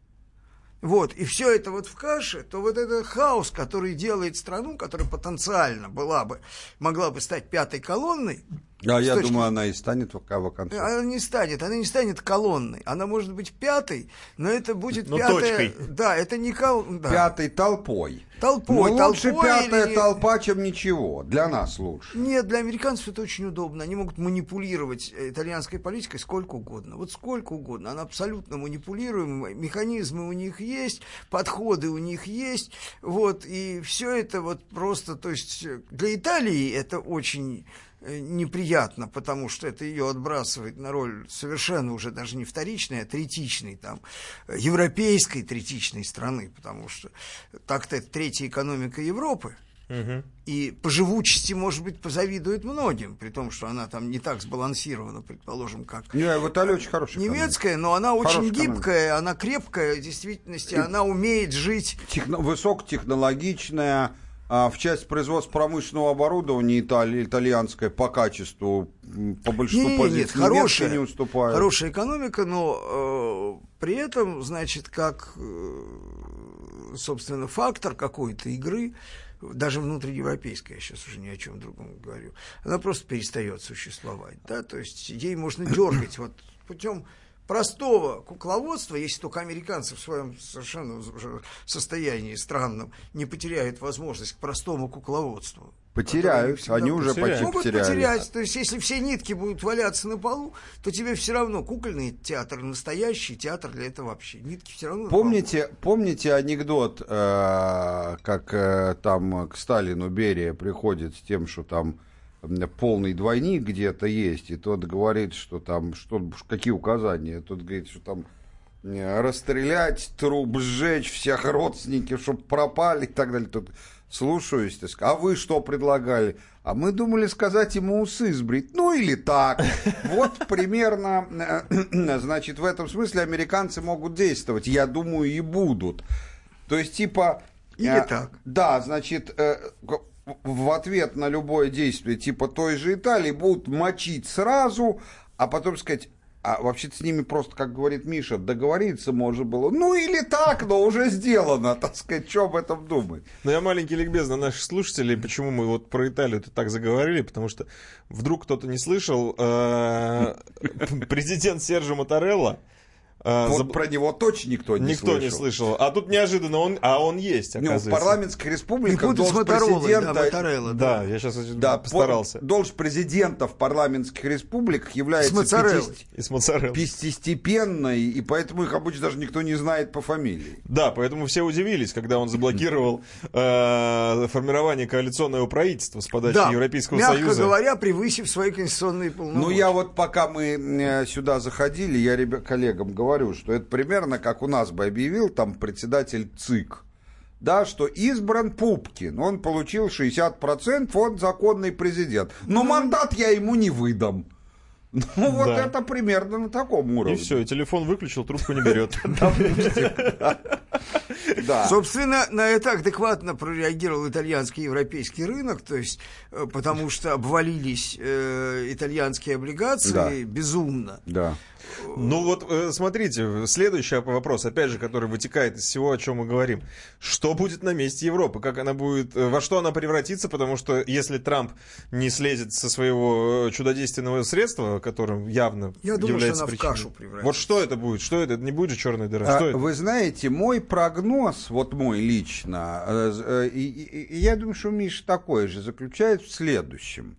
вот, и все это вот в каше, то вот этот хаос, который делает страну, которая потенциально была бы, могла бы стать пятой колонной. А я точки... думаю, она и станет в конце. Она не станет, она не станет колонной. Она может быть пятой, но это будет но пятая... точкой. Да, это не колонна. Да. Пятой толпой. Толпой, ну, толпой лучше пятая или... толпа, чем ничего. Для нас лучше. Нет, для американцев это очень удобно. Они могут манипулировать итальянской политикой сколько угодно. Вот сколько угодно. Она абсолютно манипулируемая. Механизмы у них есть, подходы у них есть. Вот, и все это вот просто... То есть для Италии это очень... неприятно, потому что это ее отбрасывает на роль совершенно уже даже не вторичной, а третичной, там, европейской третичной страны, потому что так-то это третья экономика Европы, угу. И по живучести, может быть, позавидует многим, при том, что она там не так сбалансирована, предположим, как не, в Италии очень хорошая немецкая, но она очень хорошая гибкая, экономика. Она крепкая, в действительности, и она умеет жить. Техно- высокотехнологичная. В части производства промышленного оборудования Итали, итальянская по качеству, по большинству не, позиций нет, хорошая, не уступает. Хорошая экономика, но э, при этом, значит, как, э, собственно, фактор какой-то игры, даже внутриевропейская, я сейчас уже ни о чем другом говорю, она просто перестает существовать. Да? То есть ей можно дергать вот путем простого кукловодства, если только американцы в своем совершенно уже состоянии странном не потеряют возможность к простому кукловодству. Потеряют, они уже потеряют. почти Могут потеряли. потерять. То есть, если все нитки будут валяться на полу, то тебе все равно кукольный театр, настоящий театр для этого вообще. Нитки все равно... Помните, помните анекдот, э, как э, там к Сталину Берия приходит с тем, что там полный двойник где-то есть, и тот говорит, что там, что, какие указания, тот говорит, что там расстрелять, труп сжечь, всех родственников, чтобы пропали и так далее. Тут слушаюсь, так сказать, а вы что предлагали? А мы думали сказать ему усы сбрить. Ну или так. Вот примерно, значит, в этом смысле американцы могут действовать. Я думаю, и будут. То есть, типа... Или так. Да, значит, в ответ на любое действие типа той же Италии будут мочить сразу, а потом сказать... А вообще-то с ними просто, как говорит Миша, договориться можно было. Ну или так, но уже сделано, так сказать, что об этом думать. Но я маленький ликбез на наших слушателей, почему мы вот про Италию-то так заговорили, потому что вдруг кто-то не слышал, президент Серджо Маттарелла, Вот за... про него точно никто не никто слышал. не слышал. А тут неожиданно он, а он есть, оказывается. Ну, в парламентских республиках должность президента... Да, Маттарелла, да. да, я сейчас да, постарался. По... Должность президента в парламентских республиках является пятистепенной, и поэтому их обычно даже никто не знает по фамилии. Да, поэтому все удивились, когда он заблокировал э, формирование коалиционного правительства с подачи да, Европейского мягко Союза. Мягко говоря, превысив свои конституционные полномочия. Ну, я вот пока мы сюда заходили, я ребят, коллегам говорю, Говорю, что это примерно как у нас бы объявил там председатель ЦИК, да, что избран Пупкин, он получил шестьдесят процентов, он законный президент, но мандат я ему не выдам. Ну, вот да. Это примерно на таком уровне. И все, и телефон выключил, трубку не берет. Да. Собственно, на это адекватно прореагировал итальянский и европейский рынок, то есть, потому что обвалились э, итальянские облигации да. безумно. Да. Ну вот, смотрите, следующий вопрос, опять же, который вытекает из всего, о чем мы говорим. Что будет на месте Европы? Как она будет, во что она превратится? Потому что если Трамп не слезет со своего чудодейственного средства, которым явно Я думаю, является что она причиной. в кашу превратится. Вот что это будет? Что это? Это не будет же черная дыра? А, что это? Вы знаете, мой прогноз, вот мой лично, э, э, и, и, и я думаю, что у Миши такой же, заключается в следующем.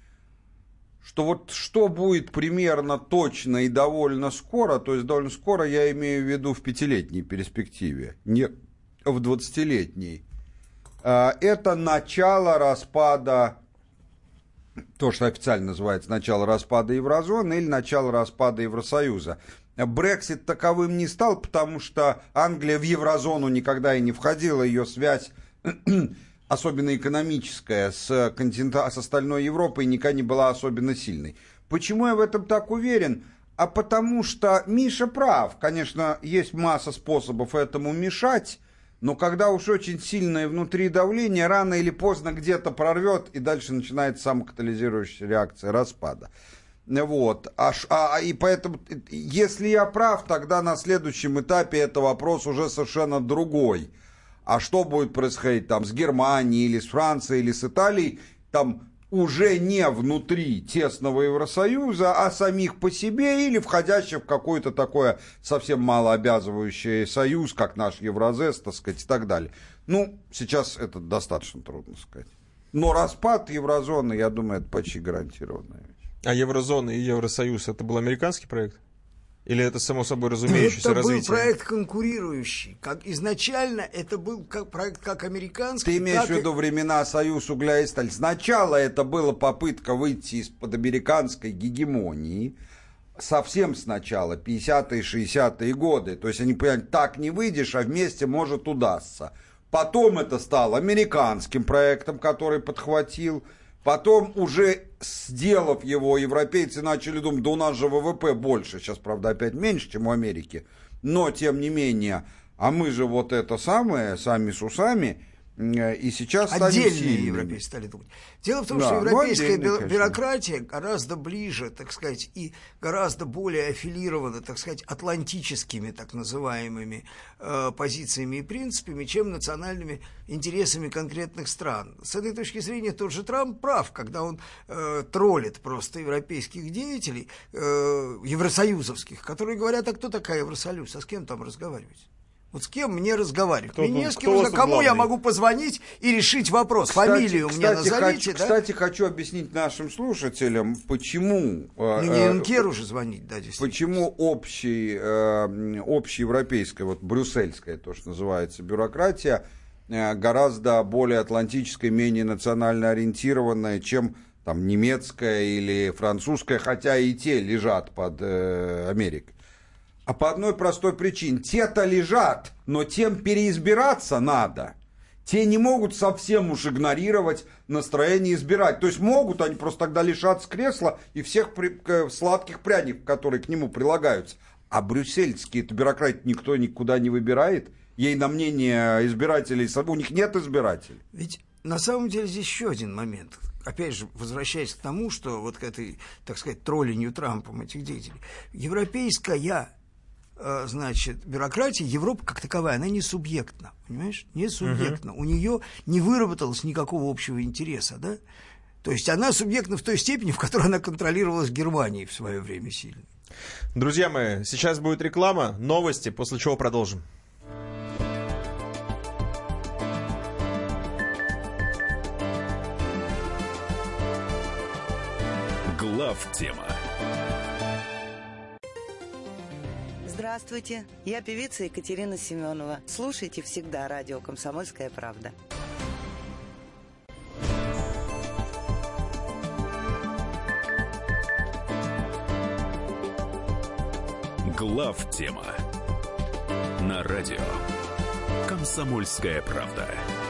Что вот что будет примерно точно и довольно скоро, то есть довольно скоро я имею в виду в пятилетней перспективе, не в двадцатилетней, это начало распада, то, что официально называется начало распада еврозоны или начало распада Евросоюза. Брексит таковым не стал, потому что Англия в еврозону никогда и не входила, ее связь... особенно экономическая, с, континента, с остальной Европой никогда не была особенно сильной. Почему я в этом так уверен? А потому что Миша прав. Конечно, есть масса способов этому мешать, но когда уж очень сильное внутри давление, рано или поздно где-то прорвет, и дальше начинается самокатализирующая реакция распада. Вот. А, а, и поэтому, если я прав, тогда на следующем этапе это вопрос уже совершенно другой. А что будет происходить там с Германией, или с Францией, или с Италией, там уже не внутри тесного Евросоюза, а самих по себе, или входящих в какой-то такой совсем малообязывающий союз, как наш Евразес, так сказать, и так далее. Ну, сейчас это достаточно трудно сказать. Но распад еврозоны, я думаю, это почти гарантированная вещь. А еврозона и Евросоюз, это был американский проект? Или это само собой разумеющееся развитие? Это был проект конкурирующий. Как изначально это был как проект как американский. Ты имеешь так в виду и... времена Союз угля и сталь. Сначала это была попытка выйти из-под американской гегемонии. Совсем сначала, пятидесятые, шестидесятые годы. То есть они поняли, так не выйдешь, а вместе может удастся. Потом это стало американским проектом, который подхватил. Потом, уже сделав его, европейцы начали думать, да у нас же ВВП больше, сейчас, правда, опять меньше, чем у Америки, но, тем не менее, а мы же вот это самое, сами с усами, и сейчас отдельные европейцы стали думать. Дело в том, да, что европейская бю- бюрократия гораздо ближе, так сказать, и гораздо более аффилирована, так сказать, атлантическими, так называемыми, э, позициями и принципами, чем национальными интересами конкретных стран. С этой точки зрения тот же Трамп прав, когда он э, троллит просто европейских деятелей, э, евросоюзовских, которые говорят, а кто такая Евросоюз, а с кем там разговаривать? Вот с кем мне разговаривать? Кто, мне не с кем, кому я могу позвонить и решить вопрос? Кстати, Фамилию кстати, мне назовите, хочу, да? Кстати, хочу объяснить нашим слушателям, почему... Ну, не Юнкеру же звонить, да, действительно. Почему общий, э, общеевропейская, вот брюссельская, то, что называется, бюрократия, э, гораздо более атлантическая, менее национально ориентированная, чем там немецкая или французская, хотя и те лежат под э, Америкой. А по одной простой причине. Те-то лежат, но тем переизбираться надо. Те не могут совсем уж игнорировать настроение избирать. То есть могут, они просто тогда лишатся кресла и всех при, э, сладких пряников, которые к нему прилагаются. А брюссельские-то бюрократы никто никуда не выбирает. Ей на мнение избирателей, у них нет избирателей. Ведь на самом деле здесь еще один момент. Опять же, возвращаясь к тому, что вот к этой, так сказать, троллинью Трампом этих деятелей. Европейская, значит, бюрократия, Европа как таковая, она не субъектна, понимаешь? Не субъектна. Uh-huh. У нее не выработалось никакого общего интереса, да? То есть она субъектна в той степени, в которой она контролировалась Германией в свое время сильно. Друзья мои, сейчас будет реклама, новости, после чего продолжим. Главтема. Здравствуйте, я певица Екатерина Семенова. Слушайте всегда радио «Комсомольская правда». Главтема на радио «Комсомольская правда».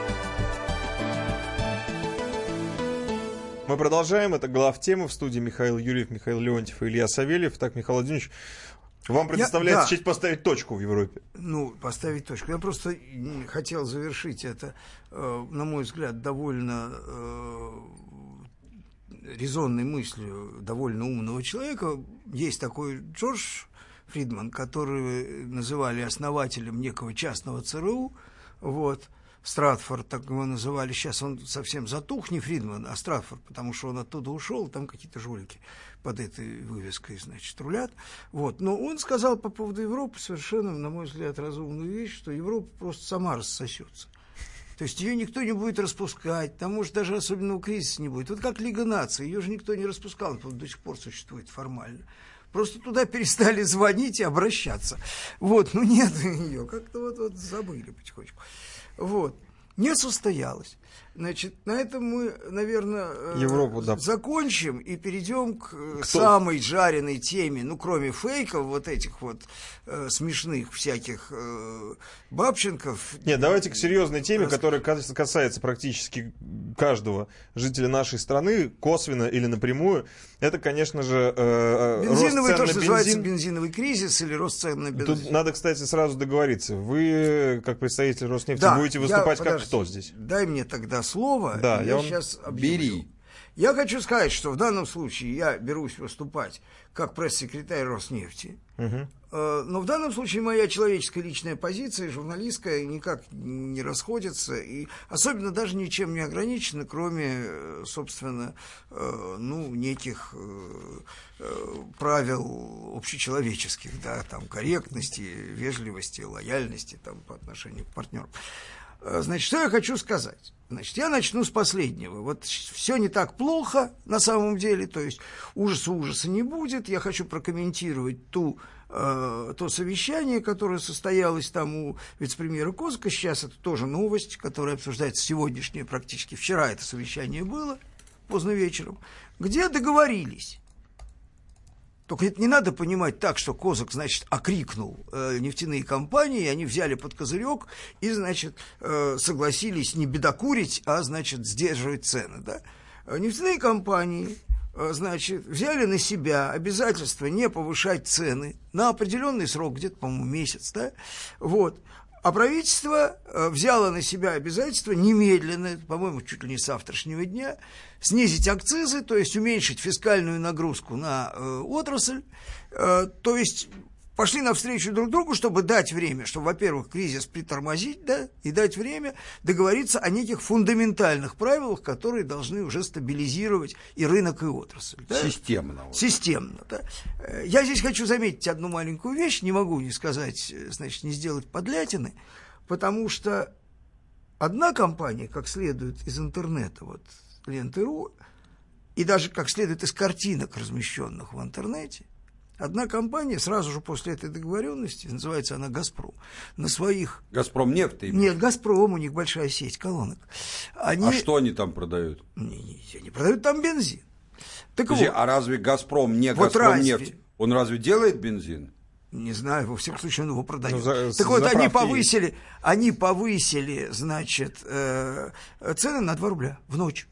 Мы продолжаем. Это главтема. В студии Михаил Юрьев, Михаил Леонтьев и Илья Савельев. Так, Михаил Владимирович, вам предоставляется Я, да. честь поставить точку в Европе. Ну, поставить точку. Я просто хотел завершить это, на мой взгляд, довольно резонной мыслью довольно умного человека. Есть такой Джордж Фридман, который называли основателем некого частного ЦРУ, вот, Стратфорд, так его называли, сейчас он совсем затух, не Фридман, а Стратфорд, потому что он оттуда ушел, там какие-то жулики под этой вывеской, значит, рулят. Вот. Но он сказал по поводу Европы совершенно, на мой взгляд, разумную вещь, что Европа просто сама рассосется. То есть ее никто не будет распускать, там, может, даже особенного кризиса не будет. Вот как Лига наций, ее же никто не распускал, он до сих пор существует формально. Просто туда перестали звонить и обращаться. Вот, ну нет ее, как-то вот, вот забыли потихонечку. Вот. Не состоялось. Значит, на этом мы, наверное, Европу, да. закончим и перейдем к Кто? самой жареной теме, ну, кроме фейков, вот этих вот э, смешных всяких э, бабченков. Нет, давайте к серьезной теме, Рас... которая касается практически каждого жителя нашей страны, косвенно или напрямую. Это, конечно же, э, бензиновый, рост цен то, что на бензин. Называется бензиновый кризис или рост цен на бензин. Тут надо, кстати, сразу договориться. Вы, как представитель Роснефти, да, будете выступать я, как подожди, кто здесь? Дай мне тогда слово, да, и я я сейчас объявлю. Бери. Я хочу сказать, что в данном случае я берусь выступать как пресс-секретарь Роснефти, угу. но в данном случае моя человеческая личная позиция, журналистская, никак не расходится, и особенно даже ничем не ограничена, кроме, собственно, ну, неких правил общечеловеческих, да, там, корректности, вежливости, лояльности там, по отношению к партнерам. Значит, что я хочу сказать? Значит, я начну с последнего. Вот все не так плохо на самом деле, то есть ужаса ужаса не будет. Я хочу прокомментировать ту, э, то совещание, которое состоялось там у вице-премьера Козака. Сейчас это тоже новость, которая обсуждается сегодняшняя практически. Вчера это совещание было, поздно вечером, где договорились. Только это не надо понимать так, что Козак, значит, окрикнул э, нефтяные компании, и они взяли под козырек и, значит, э, согласились не бедокурить, а, значит, сдерживать цены, да. Нефтяные компании, э, значит, взяли на себя обязательство не повышать цены на определенный срок, где-то, по-моему, месяц, да, вот. А правительство взяло на себя обязательство немедленно, по-моему, чуть ли не с завтрашнего дня, снизить акцизы, то есть уменьшить фискальную нагрузку на э, отрасль, э, то есть пошли навстречу друг другу, чтобы дать время, чтобы, во-первых, кризис притормозить, да, и дать время договориться о неких фундаментальных правилах, которые должны уже стабилизировать и рынок, и отрасль. Да? Системно. Системно, да. Я здесь хочу заметить одну маленькую вещь, не могу не сказать, значит, не сделать подлятины, потому что одна компания, как следует из интернета, вот, Ленты.ру, и даже как следует из картинок, размещенных в интернете, одна компания сразу же после этой договоренности, называется она «Газпром», на своих... «Газпромнефть» ты имеешь? Нет, «Газпром», у них большая сеть колонок. Они... А что они там продают? Не, не, они продают там бензин. Так Подожди, вот, а разве «Газпром» не вот «Газпромнефть»? разве... Он разве делает бензин? Не знаю, во всяком случае, он его продает. Ну, за, так вот, они повысили, есть. они повысили, значит, э, цены на два рубля в ночь.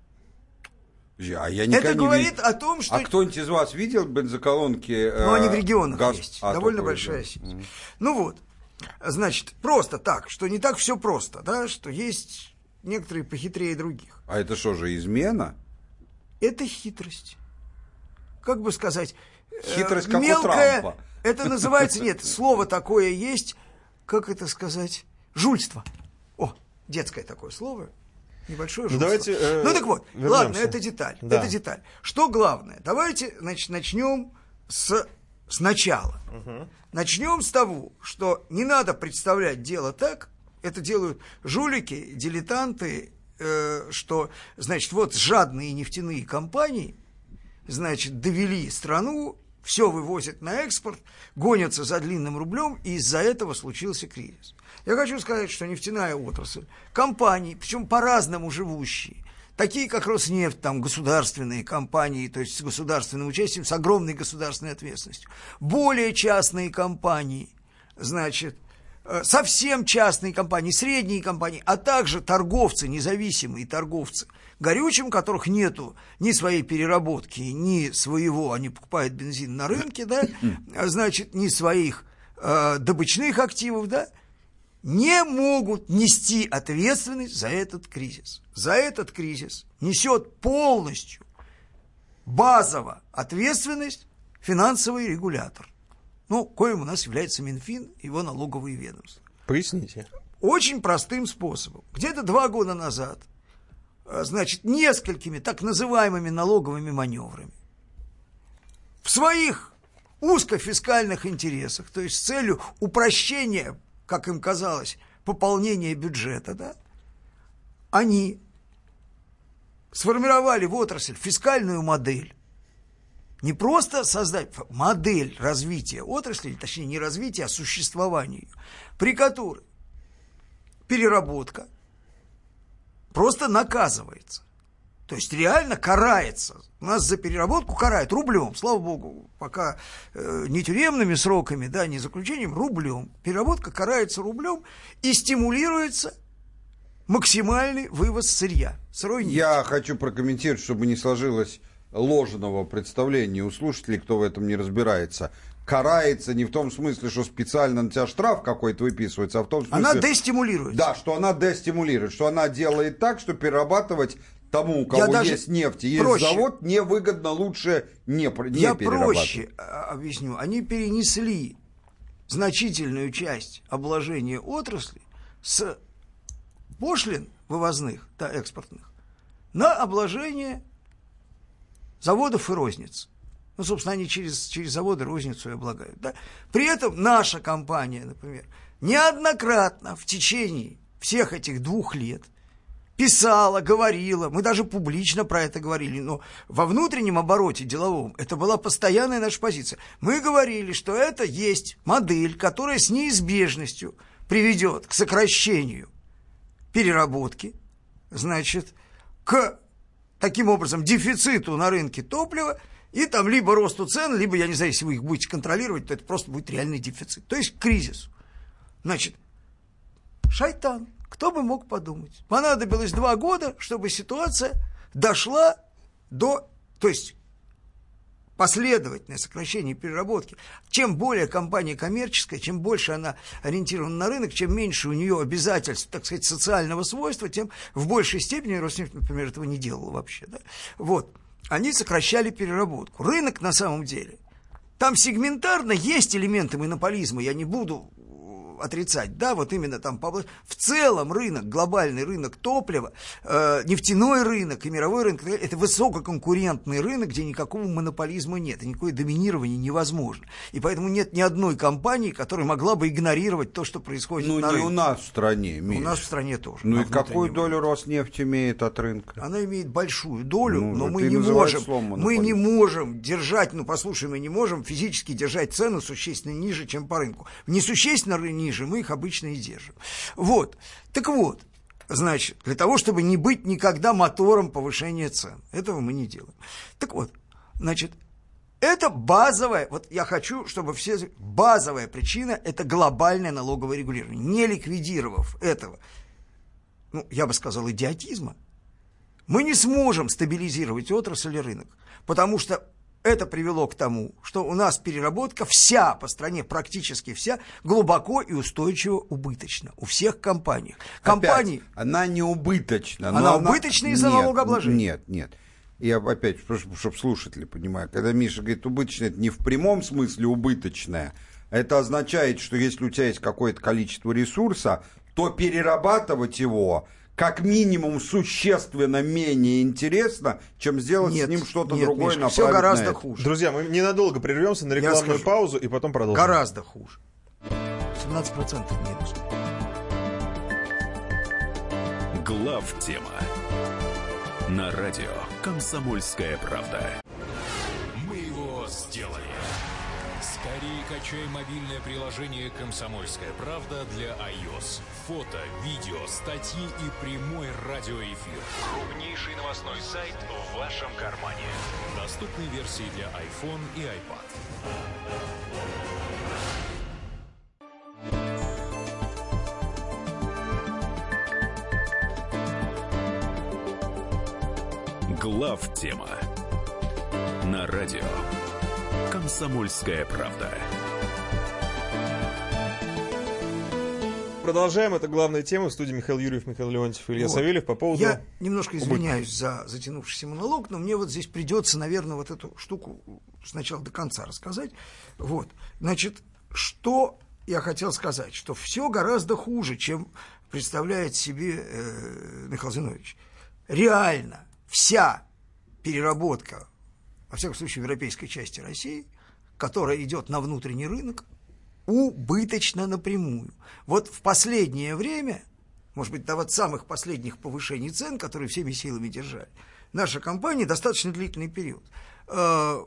А я Это не говорит вид... о том, что... А кто-нибудь из вас видел бензоколонки? Э, ну, они в регионах газ... есть. А, довольно большая сеть. Mm. Ну вот, значит, просто так, что не так все просто, да, что есть некоторые похитрее других. А это что же, измена? Это хитрость. Как бы сказать... Хитрость, как мелкая, у Трампа. Это называется, нет, слово такое есть, как это сказать, жульство. О, детское такое слово. Небольшое жульство. Давайте, э, ну так вот, вернемся. ладно, это деталь. Да. Это деталь. Что главное? Давайте, значит, начнем с сначала. Угу. Начнем с того, что не надо представлять дело так, это делают жулики, дилетанты, э, что, значит, вот жадные нефтяные компании, значит, довели страну, все вывозят на экспорт, гонятся за длинным рублем, и из-за этого случился кризис. Я хочу сказать, что нефтяная отрасль, компании, причем по-разному живущие, такие как Роснефть, там государственные компании, то есть с государственным участием, с огромной государственной ответственностью, более частные компании, значит, совсем частные компании, средние компании, а также торговцы, независимые торговцы, горючим, которых нету ни своей переработки, ни своего, они покупают бензин на рынке, да, значит, ни своих э, добычных активов, да, не могут нести ответственность за этот кризис. За этот кризис несет полностью базово ответственность финансовый регулятор. Ну, коим у нас является Минфин, его налоговые ведомства. Поясните. Очень простым способом. Где-то два года назад, значит, несколькими так называемыми налоговыми маневрами в своих узкофискальных интересах, то есть с целью упрощения, как им казалось, пополнения бюджета, да, они сформировали в отрасль фискальную модель. Не просто создать модель развития отрасли, точнее не развития, а существования, при которой переработка просто наказывается. То есть реально карается. У нас за переработку карают рублем. Слава богу, пока э, не тюремными сроками, да, не заключением, рублем. Переработка карается рублем и стимулируется максимальный вывоз сырья. Сырой нефти. Я хочу прокомментировать, чтобы не сложилось ложного представления у слушателей, кто в этом не разбирается. Карается не в том смысле, что специально на тебя штраф какой-то выписывается, а в том смысле... Она дестимулирует. Да, что она дестимулирует, что она делает так, что перерабатывать тому, у кого есть нефть и есть проще. Завод, невыгодно, лучше не, не Я перерабатывать. проще объясню. Они перенесли значительную часть обложения отрасли с пошлин вывозных, да, экспортных, на обложение заводов и розниц. Ну, собственно, они через, через заводы розницу и облагают. Да? При этом наша компания, например, неоднократно в течение всех этих двух лет писала, говорила, мы даже публично про это говорили, но во внутреннем обороте деловом это была постоянная наша позиция. Мы говорили, что это есть модель, которая с неизбежностью приведет к сокращению переработки, значит, к, таким образом, дефициту на рынке топлива, и там либо росту цен, либо, я не знаю, если вы их будете контролировать, то это просто будет реальный дефицит. То есть к кризису. Значит, шайтан. Кто бы мог подумать? Понадобилось два года, чтобы ситуация дошла до... То есть последовательное сокращение переработки. Чем более компания коммерческая, чем больше она ориентирована на рынок, чем меньше у нее обязательств, так сказать, социального свойства, тем в большей степени, Роснефть, например, этого не делала вообще. Да? Вот. Они сокращали переработку. Рынок на самом деле, там сегментарно есть элементы монополизма, я не буду отрицать, да, вот именно там в целом рынок, глобальный рынок топлива, э, нефтяной рынок и мировой рынок, это высококонкурентный рынок, где никакого монополизма нет, и никакое доминирование невозможно. И поэтому нет ни одной компании, которая могла бы игнорировать то, что происходит ну, на рынке. Ну, не у нас в стране, Миш. У нас в стране тоже. Ну, и какую долю Роснефть имеет от рынка? Она имеет большую долю, ну, но мы не можем, слом, мы не можем держать, ну, послушай, мы не можем физически держать цену существенно ниже, чем по рынку. Несущественно ниже мы их обычно и держим. Вот. Так вот, значит, для того, чтобы не быть никогда мотором повышения цен. Этого мы не делаем. Так вот, значит, Это базовая, вот я хочу, чтобы все... Базовая причина – это глобальное налоговое регулирование. Не ликвидировав этого, ну, я бы сказал, идиотизма, мы не сможем стабилизировать отрасль и рынок, потому что это привело к тому, что у нас переработка вся по стране, практически вся, глубоко и устойчиво убыточна у всех компаний. Компании... Опять, она не убыточна. Она но убыточна она... из-за нет, налогообложения. Нет, нет. Я опять, чтобы слушатели понимали, когда Миша говорит убыточная, это не в прямом смысле убыточная. Это означает, что если у тебя есть какое-то количество ресурса, то перерабатывать его как минимум существенно менее интересно, чем сделать нет, с ним что-то нет, другое. Миша, все гораздо хуже. Друзья, мы ненадолго прервемся на рекламную паузу и потом продолжим. Гораздо хуже. семнадцать процентов минус. Главтема на радио «Комсомольская правда». Мы его сделали. Скорее качай мобильное приложение «Комсомольская правда» для iOS. Фото, видео, статьи и прямой радиоэфир. Крупнейший новостной сайт в вашем кармане. Доступны версии для iPhone и iPad. Главтема на радио «Комсомольская правда». Продолжаем. Это главная тема. В студии Михаил Юрьев, Михаил Леонтьев и Илья вот. Савельев по поводу... Я немножко извиняюсь за затянувшийся монолог, но мне вот здесь придется, наверное, вот эту штуку сначала до конца рассказать. Вот. Значит, что я хотел сказать? Что все гораздо хуже, чем представляет себе э, Михаил Зиновьевич. Реально вся переработка, во всяком случае, в европейской части России, которая идет на внутренний рынок, убыточно напрямую. Вот в последнее время, может быть, до вот самых последних повышений цен, которые всеми силами держали, наша компания достаточно длительный период э,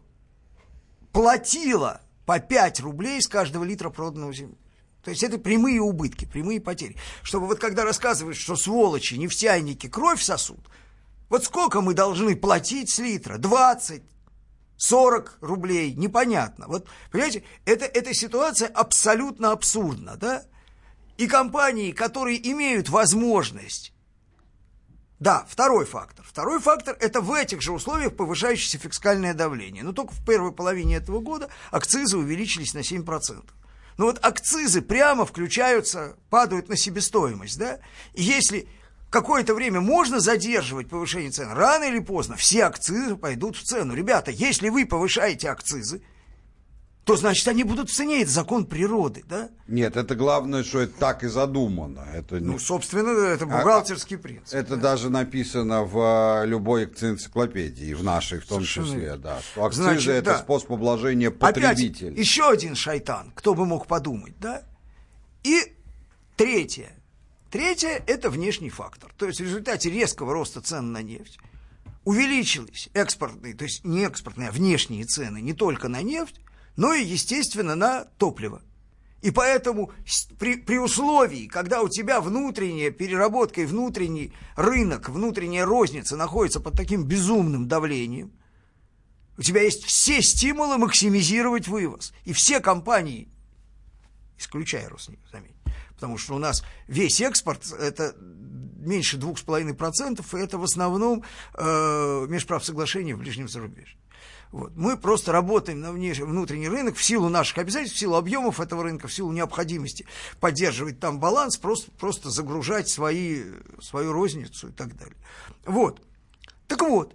платила по пять рублей с каждого литра проданного земли. То есть это прямые убытки, прямые потери. Чтобы вот когда рассказывают, что сволочи, нефтяники кровь сосут, вот сколько мы должны платить с литра? двадцать, сорок рублей, непонятно. Вот, понимаете, это, эта ситуация абсолютно абсурдна, да? И компании, которые имеют возможность... Да, второй фактор. Второй фактор – это в этих же условиях повышающееся фискальное давление. Но только в первой половине этого года акцизы увеличились на семь процентов. Но вот акцизы прямо включаются, падают на себестоимость, да? И если... какое-то время можно задерживать повышение цен, рано или поздно все акцизы пойдут в цену. Ребята, если вы повышаете акцизы, то значит они будут в цене, это закон природы, да? Нет, это главное, что это так и задумано. Это, ну, собственно, это бухгалтерский а, принцип. Это да? даже написано в любой энциклопедии, в нашей в том Совершенно числе, да. Что акцизы значит, это да. способ обложения потребителей. Опять еще один шайтан, кто бы мог подумать, да? И третье. Третье – это внешний фактор. То есть в результате резкого роста цен на нефть увеличились экспортные, то есть не экспортные, а внешние цены не только на нефть, но и, естественно, на топливо. И поэтому при, при условии, когда у тебя внутренняя переработка и внутренний рынок, внутренняя розница находится под таким безумным давлением, у тебя есть все стимулы максимизировать вывоз. И все компании, исключая Роснефть, заметьте, потому что у нас весь экспорт – это меньше двух с половиной процентов, и это в основном э, межправсоглашения в ближнем зарубежье. Вот. Мы просто работаем на внешний, внутренний рынок в силу наших обязательств, в силу объемов этого рынка, в силу необходимости поддерживать там баланс, просто, просто загружать свои, свою розницу и так далее. Вот. Так вот.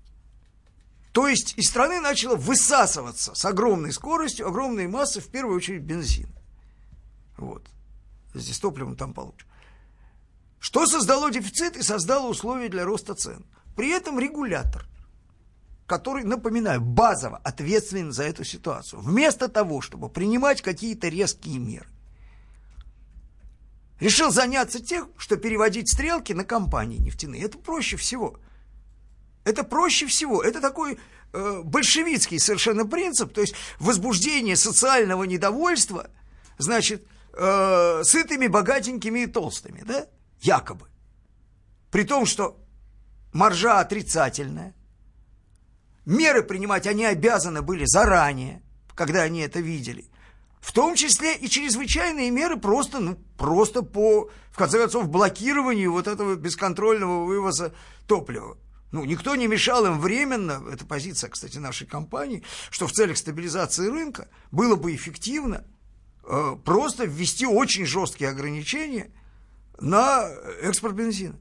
То есть из страны начало высасываться с огромной скоростью огромные массы, в первую очередь, бензин. Вот. Здесь топливом там получше. Что создало дефицит и создало условия для роста цен? При этом регулятор, который, напоминаю, базово ответственен за эту ситуацию, вместо того, чтобы принимать какие-то резкие меры, решил заняться тем, что переводить стрелки на компании нефтяные. Это проще всего. Это проще всего. Это такой э, большевистский совершенно принцип, то есть возбуждение социального недовольства, значит, э, сытыми, богатенькими и толстыми, да, якобы. При том, что маржа отрицательная, меры принимать они обязаны были заранее, когда они это видели. В том числе и чрезвычайные меры просто, ну, просто по, в конце концов, блокированию вот этого бесконтрольного вывоза топлива. Ну, никто не мешал им временно, это позиция, кстати, нашей компании, что в целях стабилизации рынка было бы эффективно э, просто ввести очень жесткие ограничения на экспорт бензина.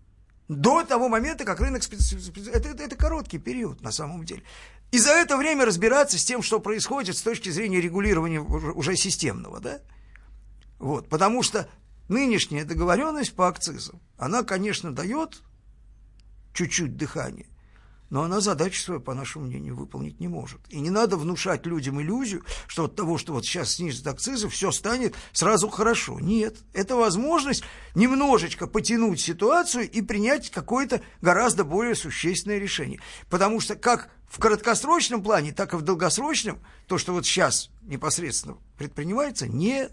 До того момента, как рынок... Это, это, это короткий период, на самом деле. И за это время разбираться с тем, что происходит с точки зрения регулирования уже, уже системного, да? Вот, потому что нынешняя договоренность по акцизам, она, конечно, дает чуть-чуть дыхания, но она задачу свою, по нашему мнению, выполнить не может. И не надо внушать людям иллюзию, что от того, что вот сейчас снизят акцизы, все станет сразу хорошо. Нет, это возможность немножечко потянуть ситуацию и принять какое-то гораздо более существенное решение. Потому что как в краткосрочном плане, так и в долгосрочном, то, что вот сейчас непосредственно предпринимается,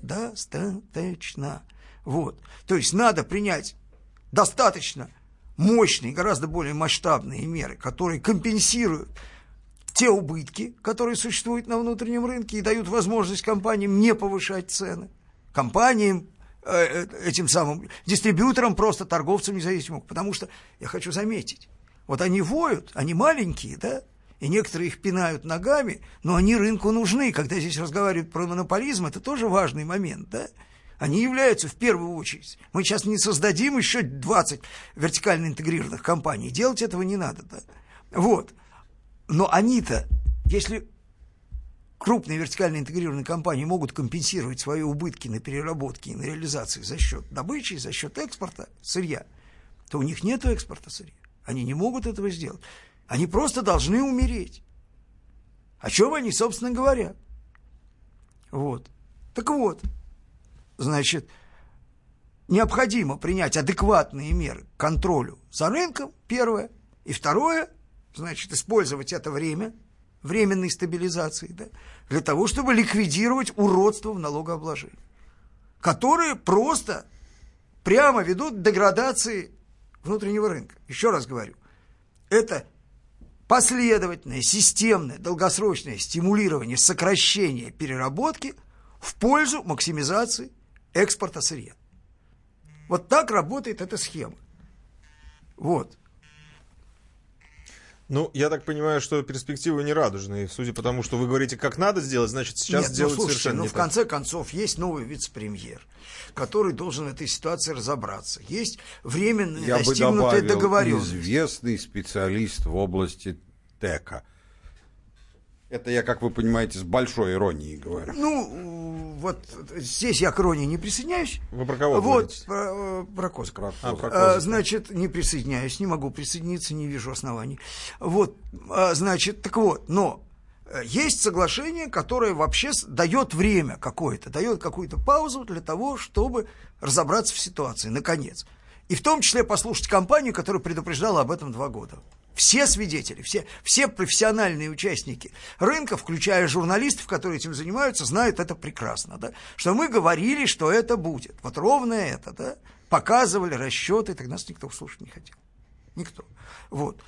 недостаточно. Вот. То есть надо принять достаточно мощные, гораздо более масштабные меры, которые компенсируют те убытки, которые существуют на внутреннем рынке и дают возможность компаниям не повышать цены. Компаниям, э, этим самым дистрибьюторам, просто торговцам независимым. Потому что, я хочу заметить, вот они воют, они маленькие, да, и некоторые их пинают ногами, но они рынку нужны. Когда здесь разговаривают про монополизм, это тоже важный момент, да. Они являются в первую очередь. Мы сейчас не создадим еще двадцать вертикально интегрированных компаний. Делать этого не надо, да? Вот. Но они-то, если крупные вертикально интегрированные компании могут компенсировать свои убытки на переработке и на реализации за счет добычи, за счет экспорта сырья, то у них нет экспорта сырья. Они не могут этого сделать. Они просто должны умереть. О чем они, собственно, говорят. Вот. Так вот. Значит, необходимо принять адекватные меры к контролю за рынком, первое. И второе, значит, использовать это время, временной стабилизации, да, для того, чтобы ликвидировать уродство в налогообложении, которые просто прямо ведут к деградации внутреннего рынка. Еще раз говорю, это последовательное, системное, долгосрочное стимулирование сокращения переработки в пользу максимизации экспорта сырья. Вот так работает эта схема. Вот. Ну, я так понимаю, что перспективы не радужные. Судя по тому, что вы говорите, как надо сделать, значит, сейчас Нет, делать ну, слушайте, совершенно ну, не в так. конце концов, есть новый вице-премьер, который должен в этой ситуации разобраться. Есть временно Я достигнутая бы добавил, договоренность. известный специалист в области ТЭКа. Это я, как вы понимаете, с большой иронией говорю. Ну, вот здесь я к иронии не присоединяюсь. Вы про кого Вот, говорите? про, про Козыка. А, про А, Козыка. значит, не присоединяюсь, не могу присоединиться, не вижу оснований. Вот, а, значит, так вот, но есть соглашение, которое вообще дает время какое-то, дает какую-то паузу для того, чтобы разобраться в ситуации, наконец. И в том числе послушать компанию, которая предупреждала об этом два года. Все свидетели, все, все профессиональные участники рынка, включая журналистов, которые этим занимаются, знают это прекрасно, да? Что мы говорили, что это будет. Вот ровно это, да? Показывали расчеты, так нас никто слушать не хотел. Никто. Вот.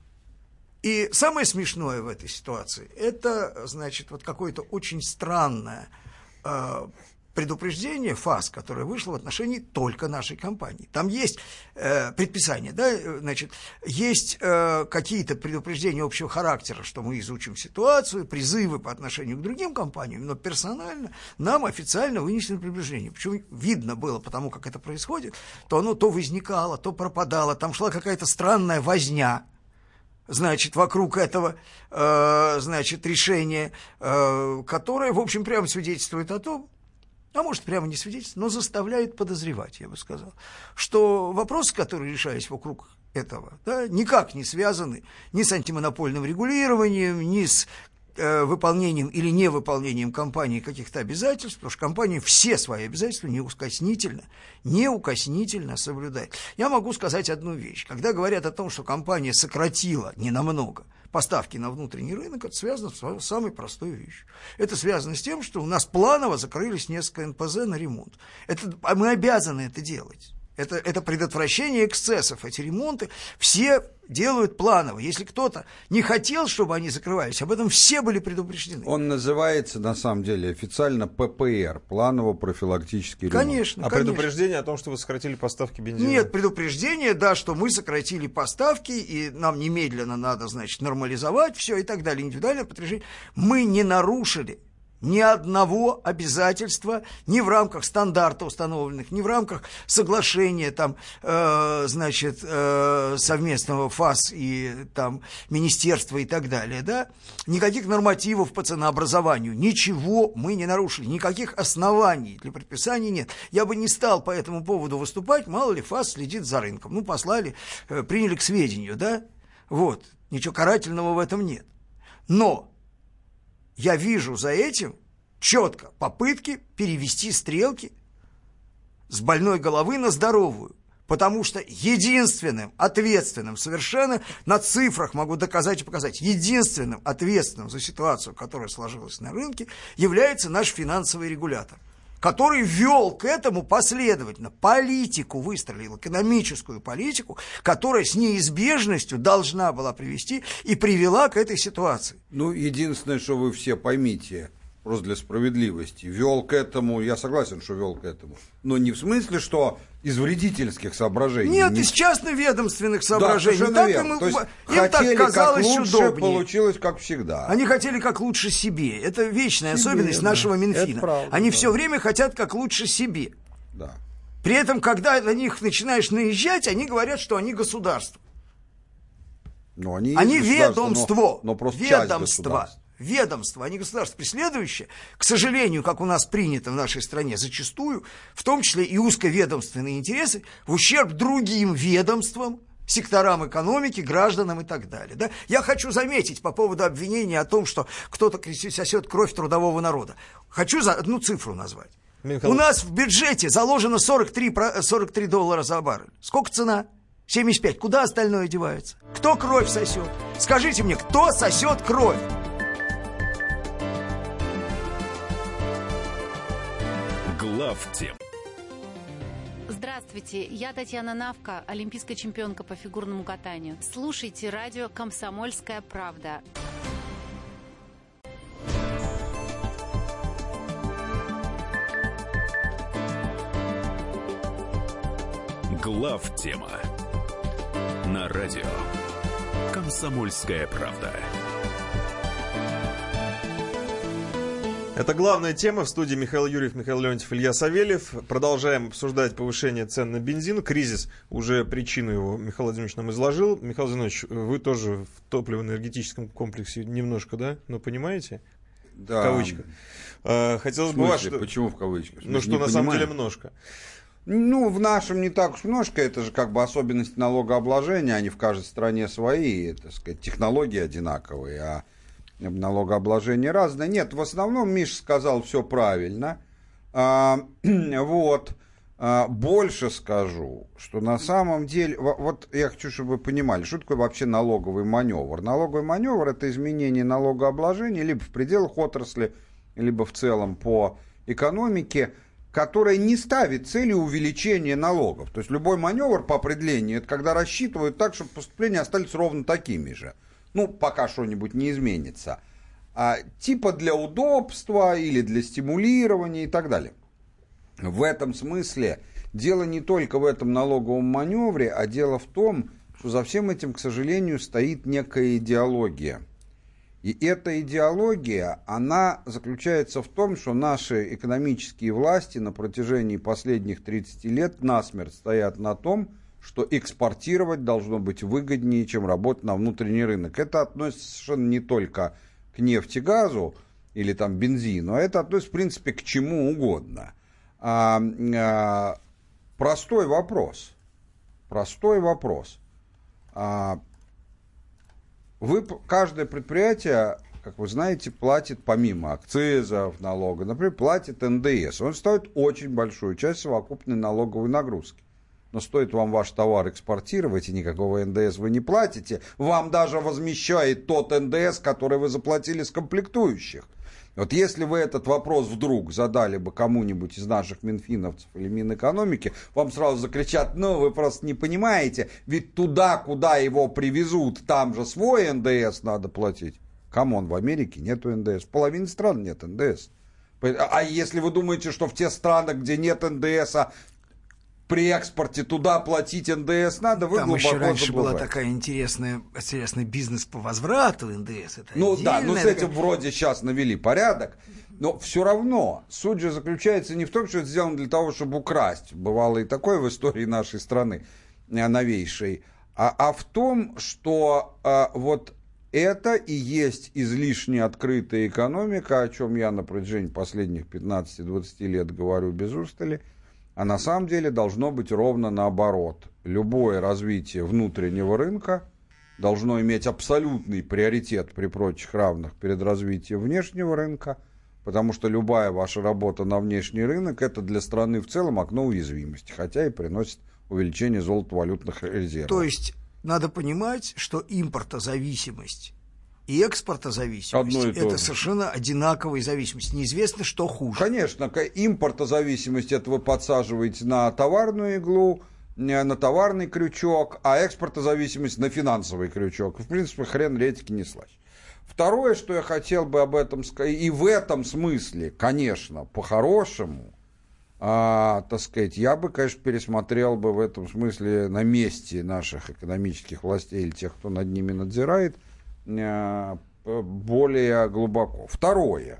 И самое смешное в этой ситуации, это, значит, вот какое-то очень странное э, предупреждение ФАС, которое вышло в отношении только нашей компании. Там есть э, предписание, да, значит, есть э, какие-то предупреждения общего характера, что мы изучим ситуацию, призывы по отношению к другим компаниям, но персонально нам официально вынесено предупреждение. Почему видно было, потому как это происходит, то оно то возникало, то пропадало, там шла какая-то странная возня, значит, вокруг этого, э, значит, решения, э, которое, в общем, прямо свидетельствует о том, а может, прямо не свидетельствует, но заставляет подозревать, я бы сказал, что вопросы, которые решались вокруг этого, да, никак не связаны ни с антимонопольным регулированием, ни с э, выполнением или невыполнением компании каких-то обязательств, потому что компания все свои обязательства неукоснительно, неукоснительно соблюдает. Я могу сказать одну вещь. Когда говорят о том, что компания сократила ненамного поставки на внутренний рынок, это связано с самой простой вещью. Это связано с тем, что у нас планово закрылись несколько эн пэ зэ на ремонт. Это, мы обязаны это делать. Это, это предотвращение эксцессов, эти ремонты все делают планово. Если кто-то не хотел, чтобы они закрывались, об этом все были предупреждены. Он называется, на самом деле, официально пэ пэ эр, планово-профилактический ремонт. Конечно, А конечно. предупреждение о том, что вы сократили поставки бензина? Нет, предупреждение, да, что мы сократили поставки, и нам немедленно надо, значит, нормализовать все и так далее. Индивидуальное предупреждение. Мы не нарушили ни одного обязательства, ни в рамках стандарта установленных, ни в рамках соглашения там, э, значит, э, совместного ФАС и там министерства и так далее, да, никаких нормативов по ценообразованию, ничего мы не нарушили, никаких оснований для предписания нет. Я бы не стал по этому поводу выступать, мало ли ФАС следит за рынком. Ну, послали, э, приняли к сведению, да, вот, ничего карательного в этом нет. Но я вижу за этим четко попытки перевести стрелки с больной головы на здоровую. Потому что единственным ответственным, совершенно на цифрах могу доказать и показать, единственным ответственным за ситуацию, которая сложилась на рынке, является наш финансовый регулятор, который ввел к этому последовательно политику, выстроил экономическую политику, которая с неизбежностью должна была привести и привела к этой ситуации. Ну, единственное, что вы все поймите, просто для справедливости, вел к этому, я согласен, что вел к этому, но не в смысле, что из вредительских соображений. Нет, не... из частно-ведомственных соображений. Да, так верно. им, То есть им хотели так казалось как лучше, удобнее. получилось как всегда. Они хотели как лучше себе. Это вечная себе, особенность да. нашего Минфина. Правда, Они да. все время хотят как лучше себе. Да. При этом, когда на них начинаешь наезжать, они говорят, что они государство. Но они они ведомство. Но, но просто ведомство. Ведомство, а не государство, преследующее, к сожалению, как у нас принято в нашей стране зачастую, в том числе и узковедомственные интересы, в ущерб другим ведомствам, секторам экономики, гражданам и так далее. Да? Я хочу заметить по поводу обвинения о том, что кто-то сосет кровь трудового народа. Хочу за одну цифру назвать. Михаил... У нас в бюджете заложено сорок три, сорок три доллара за баррель. Сколько цена? семьдесят пять. Куда остальное девается? Кто кровь сосет? Скажите мне, кто сосет кровь? Главтем. Здравствуйте, я Татьяна Навка, олимпийская чемпионка по фигурному катанию. Слушайте радио «Комсомольская правда». Главтема на радио «Комсомольская правда». Это главная тема. В студии Михаил Юрьев, Михаил Леонтьев, Илья Савельев. Продолжаем обсуждать повышение цен на бензин. Кризис, уже причину его Михаил Владимирович нам изложил. Михаил Зинович, вы тоже в топливно-энергетическом комплексе немножко, да? Ну, понимаете? Да. В кавычках. Хотелось бы вас... Почему в кавычках? Ну, что на самом деле немножко. Ну, в нашем не так уж немножко, это же как бы особенность налогообложения, они в каждой стране свои, так сказать, технологии одинаковые, а налогообложение разное. Нет, в основном Миша сказал все правильно. А, вот. А, больше скажу, что на самом деле, вот я хочу, чтобы вы понимали, что такое вообще налоговый маневр. Налоговый маневр — это изменение налогообложения либо в пределах отрасли, либо в целом по экономике, которая не ставит целью увеличения налогов. То есть любой маневр по определению — это когда рассчитывают так, чтобы поступления остались ровно такими же. Ну, пока что-нибудь не изменится. А, типа для удобства или для стимулирования и так далее. В этом смысле дело не только в этом налоговом маневре, а дело в том, что за всем этим, к сожалению, стоит некая идеология. И эта идеология, она заключается в том, что наши экономические власти на протяжении последних тридцати лет насмерть стоят на том, что экспортировать должно быть выгоднее, чем работать на внутренний рынок. Это относится совершенно не только к нефти, газу или там бензину, а это относится, в принципе, к чему угодно. А, а, простой вопрос. Простой вопрос. А, вы, каждое предприятие, как вы знаете, платит помимо акцизов, налога, например, платит эн дэ эс. Он стоит очень большую часть совокупной налоговой нагрузки. но стоит вам ваш товар экспортировать, и никакого эн дэ эс вы не платите, вам даже возмещает тот эн дэ эс, который вы заплатили с комплектующих. Вот если вы этот вопрос вдруг задали бы кому-нибудь из наших минфиновцев или Минэкономики, вам сразу закричат: ну вы просто не понимаете, ведь туда, куда его привезут, там же свой эн дэ эс надо платить. Камон, в Америке нету эн дэ эс, в половине стран нет эн дэ эс. А если вы думаете, что в те страны, где нет эн дэ эс, при экспорте туда платить эн дэ эс надо, вы там глубоко еще раньше заблуждаетесь. была такая интересная, интересный бизнес по возврату эн дэ эс. Это ну да, ну с этим такая... вроде сейчас навели порядок, но все равно суть же заключается не в том, что это сделано для того, чтобы украсть. Бывало и такое в истории нашей страны новейшей, а, а в том, что а, вот это и есть излишне открытая экономика, о чем я на протяжении последних пятнадцати-двадцати лет говорю без устали, а на самом деле должно быть ровно наоборот. Любое развитие внутреннего рынка должно иметь абсолютный приоритет при прочих равных перед развитием внешнего рынка, потому что любая ваша работа на внешний рынок — это для страны в целом окно уязвимости, хотя и приносит увеличение золотовалютных резервов. То есть надо понимать, что импортозависимость и экспортозависимость — это совершенно одинаковые зависимости. Неизвестно, что хуже. Конечно, импортозависимость — это вы подсаживаете на товарную иглу, на товарный крючок, а экспортозависимость на финансовый крючок. В принципе, хрен редьки не слазь. Второе, что я хотел бы об этом сказать, и в этом смысле, конечно, по-хорошему, а, так сказать, я бы, конечно, пересмотрел бы в этом смысле на месте наших экономических властей или тех, кто над ними надзирает, более глубоко. Второе.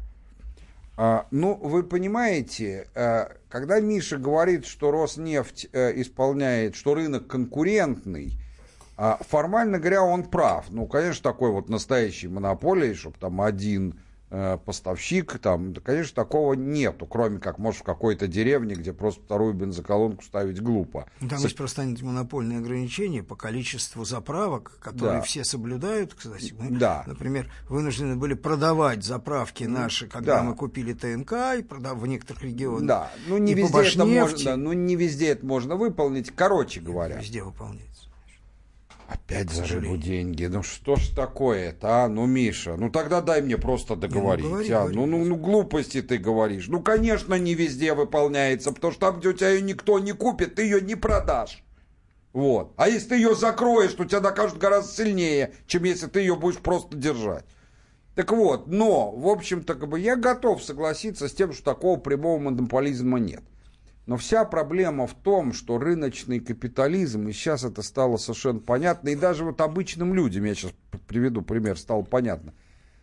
Ну, вы понимаете, когда Миша говорит, что Роснефть исполняет, что рынок конкурентный, формально говоря, он прав. Ну, конечно, такой вот настоящей монополии, чтобы там один поставщик, там, да, конечно, такого нету, кроме как, может, в какой-то деревне, где просто вторую бензоколонку ставить глупо. Там С... есть просто монопольные ограничения по количеству заправок, которые да. все соблюдают, кстати. Мы, да. например, вынуждены были продавать заправки наши, когда да. мы купили ТНК, и продав в некоторых регионах. Да, ну не, везде это можно, да, ну не везде это можно выполнить, короче говоря. Везде выполняется. Опять за рыбу деньги. Ну что ж такое-то, а? Ну, Миша, ну тогда дай мне просто договорить. Ну, говори, а? говори, ну, ну, ну, глупости ты говоришь. Ну, конечно, не везде выполняется, потому что там, где у тебя ее никто не купит, ты ее не продашь. Вот. А если ты ее закроешь, то тебя докажут гораздо сильнее, чем если ты ее будешь просто держать. Так вот, но, в общем-то, как бы я готов согласиться с тем, что такого прямого монополизма нет. Но вся проблема в том, что рыночный капитализм, и сейчас это стало совершенно понятно, и даже вот обычным людям, я сейчас приведу пример, стало понятно,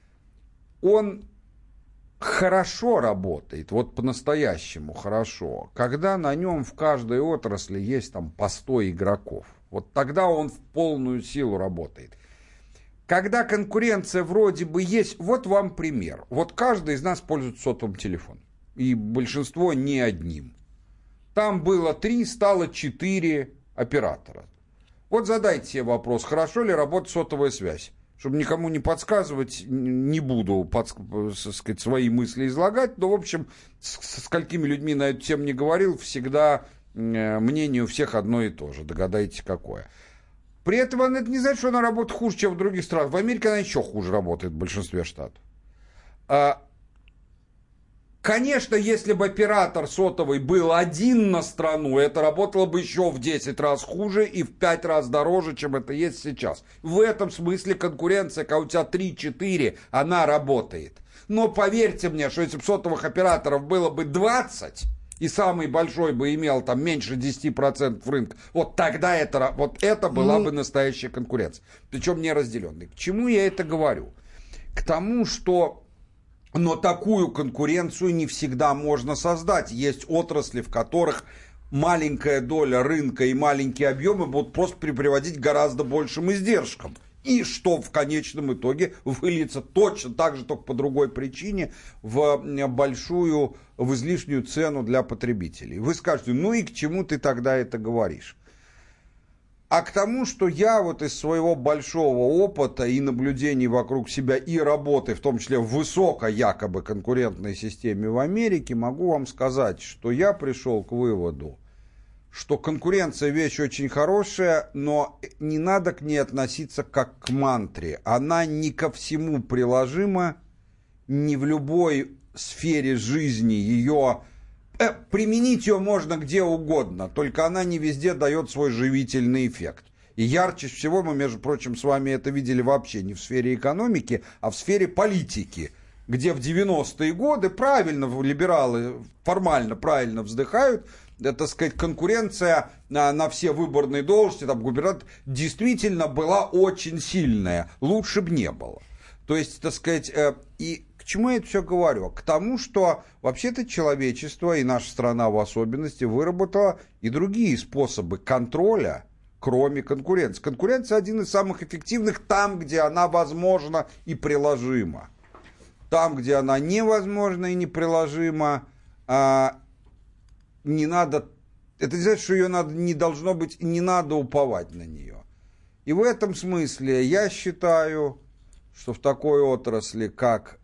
он хорошо работает, вот по-настоящему хорошо, когда на нем в каждой отрасли есть там по сто игроков. Вот тогда он в полную силу работает. Когда конкуренция вроде бы есть, вот вам пример. Вот каждый из нас пользуется сотовым телефоном, и большинство не одним. Там было три, стало четыре оператора. Вот задайте себе вопрос, хорошо ли работает сотовая связь. Чтобы никому не подсказывать, не буду под, сказать, свои мысли излагать, но, в общем, со сколькими людьми на эту тему не говорил, всегда мнение у всех одно и то же. Догадайтесь, какое. При этом это не значит, что она работает хуже, чем в других странах. В Америке она еще хуже работает в большинстве штатов. Конечно, если бы оператор сотовый был один на страну, это работало бы еще в десять раз хуже и в пять раз дороже, чем это есть сейчас. В этом смысле конкуренция, когда у тебя три-четыре, она работает. Но поверьте мне, что если бы сотовых операторов было бы двадцать, и самый большой бы имел там меньше десять процентов рынка, вот тогда это, вот это была бы настоящая конкуренция. Причем не разделенная. К чему я это говорю? К тому, что... Но такую конкуренцию не всегда можно создать. Есть отрасли, в которых маленькая доля рынка и маленькие объемы будут просто приводить к гораздо большим издержкам. И что в конечном итоге выльется точно так же, только по другой причине, в большую, в излишнюю цену для потребителей. Вы скажете, ну и к чему ты тогда это говоришь? А к тому, что я вот из своего большого опыта и наблюдений вокруг себя и работы, в том числе в высокой якобы конкурентной системе в Америке, могу вам сказать, что я пришел к выводу, что конкуренция вещь очень хорошая, но не надо к ней относиться как к мантре. Она не ко всему приложима, не в любой сфере жизни ее... Э, применить ее можно где угодно, только она не везде дает свой живительный эффект. И ярче всего мы, между прочим, с вами это видели вообще не в сфере экономики, а в сфере политики, где в девяностые годы правильно либералы формально правильно вздыхают, это, так сказать, конкуренция на, на все выборные должности, там, губернатор, действительно была очень сильная, лучше бы не было. То есть, так сказать, э, и к чему я это все говорю? К тому, что вообще-то человечество, и наша страна в особенности, выработала и другие способы контроля, кроме конкуренции. Конкуренция один из самых эффективных там, где она возможна и приложима. Там, где она невозможна и неприложима, а, не надо, это не значит, что ее надо, не должно быть, и не надо уповать на нее. И в этом смысле я считаю, что в такой отрасли, как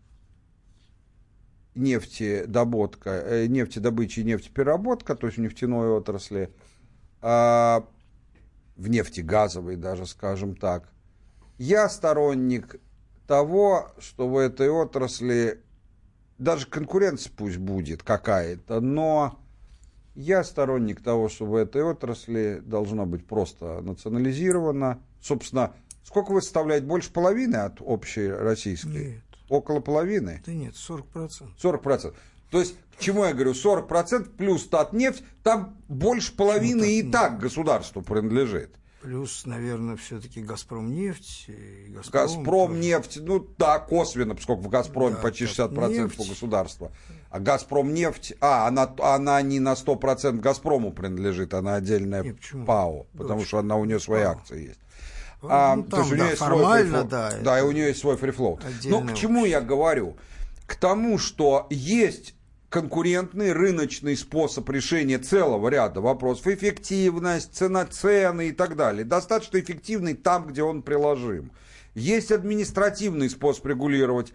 нефтедобытка, э, нефтедобыча и нефтепереработка, то есть в нефтяной отрасли, э, в нефтегазовой даже, скажем так, я сторонник того, что в этой отрасли даже конкуренция пусть будет какая-то, но я сторонник того, что в этой отрасли должно быть просто национализировано. Собственно, сколько вы составляете? Больше половины от общей российской? Нет. Около половины? Да нет, сорок процентов. сорок процентов. То есть, к чему я говорю, сорок процентов плюс Татнефть, там больше половины и так государству принадлежит. Плюс, наверное, все-таки «Газпромнефть». И «Газпром», «Газпромнефть», ну да, косвенно, поскольку в «Газпроме» да, почти шестьдесят процентов у государства. А «Газпромнефть», а, она, она не на сто процентов «Газпрому» принадлежит, она отдельная Нет, ПАО, потому Дочь. что она, у нее свои ПАО. акции есть. А, ну, то есть у нее да, есть формально, свой да. Да, и у нее есть свой фрифлоут. Но к чему я говорю? К тому, что есть конкурентный рыночный способ решения целого ряда вопросов. Эффективность, цена, цены и так далее. Достаточно эффективный там, где он приложим. Есть административный способ регулировать.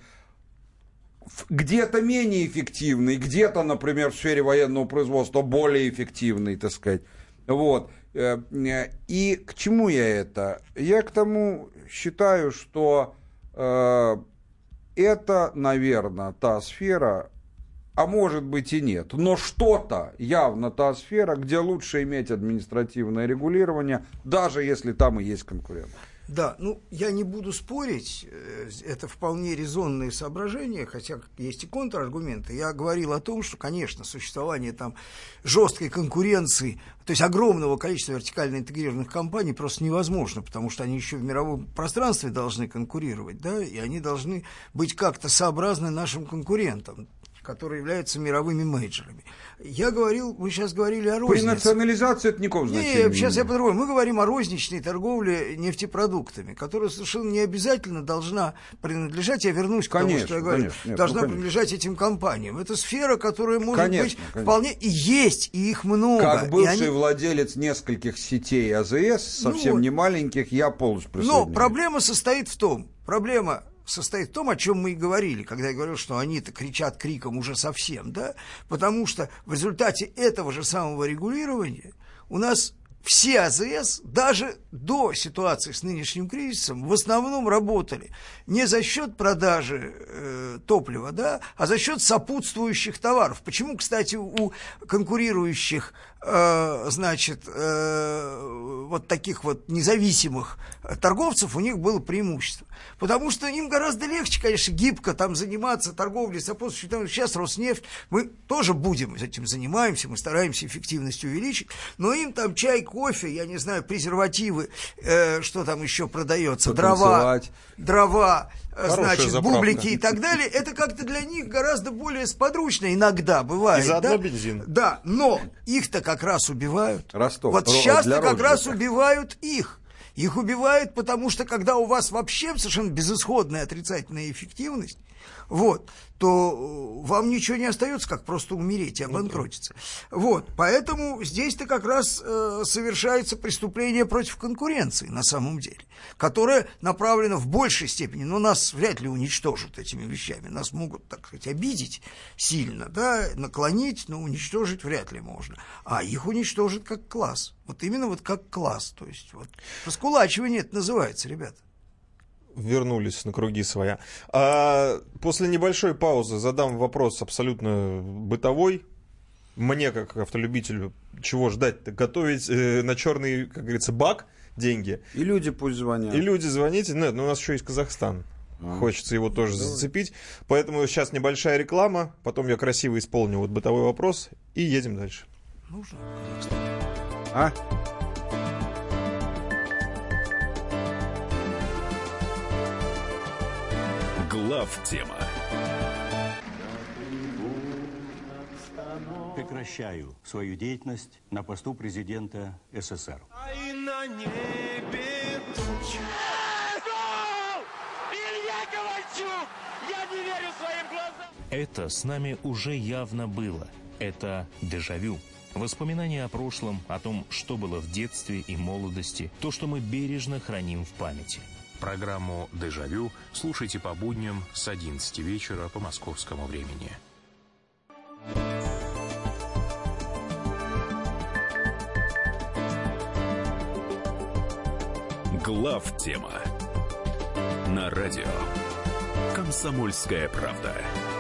Где-то менее эффективный, где-то, например, в сфере военного производства более эффективный, так сказать. Вот. И к чему я это? Я к тому считаю, что э, это, наверное, та сфера, а может быть и нет, но что-то явно та сфера, где лучше иметь административное регулирование, даже если там и есть конкуренция. Да, ну, я не буду спорить, это вполне резонные соображения, хотя есть и контраргументы. Я говорил о том, что, конечно, существование там жесткой конкуренции, то есть огромного количества вертикально интегрированных компаний просто невозможно, потому что они еще в мировом пространстве должны конкурировать, да, и они должны быть как-то сообразны нашим конкурентам, которые являются мировыми мейджорами. Я говорил, мы сейчас говорили о рознице. При национализации это никакого значения. Нет, сейчас я по-другому. Мы говорим о розничной торговле нефтепродуктами, которая совершенно не обязательно должна принадлежать, я вернусь к конечно, тому, что я говорю, конечно, нет, должна ну, принадлежать этим компаниям. Это сфера, которая может конечно, быть конечно. вполне и есть, и их много. Как бывший они... владелец нескольких сетей АЗС, совсем ну, не маленьких, я полностью присоединяюсь. Но проблема состоит в том, проблема состоит в том, о чем мы и говорили, когда я говорил, что они-то кричат криком уже совсем, да, потому что в результате этого же самого регулирования у нас все АЗС, даже до ситуации с нынешним кризисом, в основном работали не за счет продажи э, топлива, да, а за счет сопутствующих товаров. Почему, кстати, у конкурирующих, э, значит, э, вот таких вот независимых торговцев у них было преимущество? Потому что им гораздо легче, конечно, гибко там заниматься торговлей сопутствующими. Сейчас Роснефть, мы тоже будем этим занимаемся, мы стараемся эффективность увеличить, но им там чай, кофе, я не знаю, презервативы, э, что там еще продается, дрова, дрова, значит, заправка. Бублики и так далее, это как-то для них гораздо более сподручно иногда бывает. И заодно да? бензин. Да, но их-то как раз убивают. Ростов. Вот сейчас-то как раз убивают их. Их убивают, потому что когда у вас вообще совершенно безысходная отрицательная эффективность, вот, то вам ничего не остается, как просто умереть и обанкротиться. Вот, поэтому здесь-то как раз э, совершается преступление против конкуренции на самом деле, которое направлено в большей степени, но нас вряд ли уничтожат этими вещами, нас могут, так сказать, обидеть сильно, да, наклонить, но уничтожить вряд ли можно, а их уничтожит как класс, вот именно вот как класс, то есть вот раскулачивание это называется, ребята. Вернулись на круги своя. А после небольшой паузы задам вопрос абсолютно бытовой. Мне, как автолюбителю, чего ждать-то? Готовить э, на черный, как говорится, бак деньги. И люди пусть звонят. И люди звоните. Нет, ну у нас еще есть Казахстан. А. Хочется его тоже Давай. зацепить. Поэтому сейчас небольшая реклама. Потом я красиво исполню вот бытовой вопрос. И едем дальше. Нужно? А? Главтема. Прекращаю свою деятельность на посту президента СССР. Ай, на небе тучи. Илья Ковальчук! Я не верю своим глазам! Это с нами уже явно было. Это дежавю. Воспоминания о прошлом, о том, что было в детстве и молодости, то, что мы бережно храним в памяти. Программу «Дежавю» слушайте по будням с одиннадцати вечера по московскому времени. Главтема на радио «Комсомольская правда».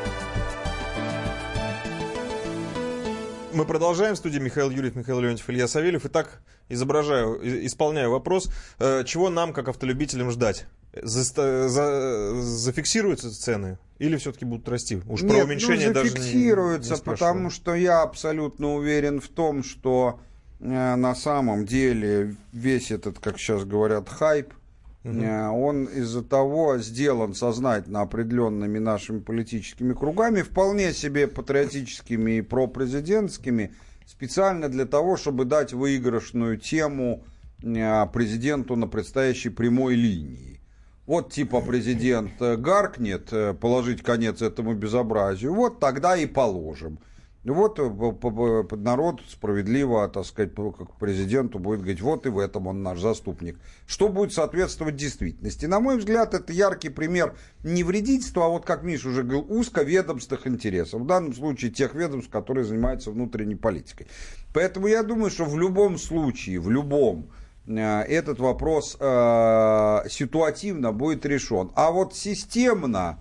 Мы продолжаем. В студии Михаил Юрьев, Михаил Леонтьев, Илья Савельев. Итак, изображаю, исполняю вопрос. Чего нам, как автолюбителям, ждать? За, за, зафиксируются цены или все-таки будут расти? Уж Нет, про уменьшение ну, даже зафиксируются, не, не потому что я абсолютно уверен в том, что э, на самом деле весь этот, как сейчас говорят, хайп, угу. э, он из-за того сделан сознательно определенными нашими политическими кругами, вполне себе патриотическими и пропрезидентскими, специально для того, чтобы дать выигрышную тему э, президенту на предстоящей прямой линии. Вот типа президент гаркнет, положить конец этому безобразию, вот тогда и положим. Вот народ справедливо, так сказать, как президенту будет говорить, вот и в этом он наш заступник. Что будет соответствовать действительности? На мой взгляд, это яркий пример не вредительства, а вот, как Миша уже говорил, узковедомственных интересов. В данном случае тех ведомств, которые занимаются внутренней политикой. Поэтому я думаю, что в любом случае, в любом, этот вопрос э, ситуативно будет решен. А вот системно,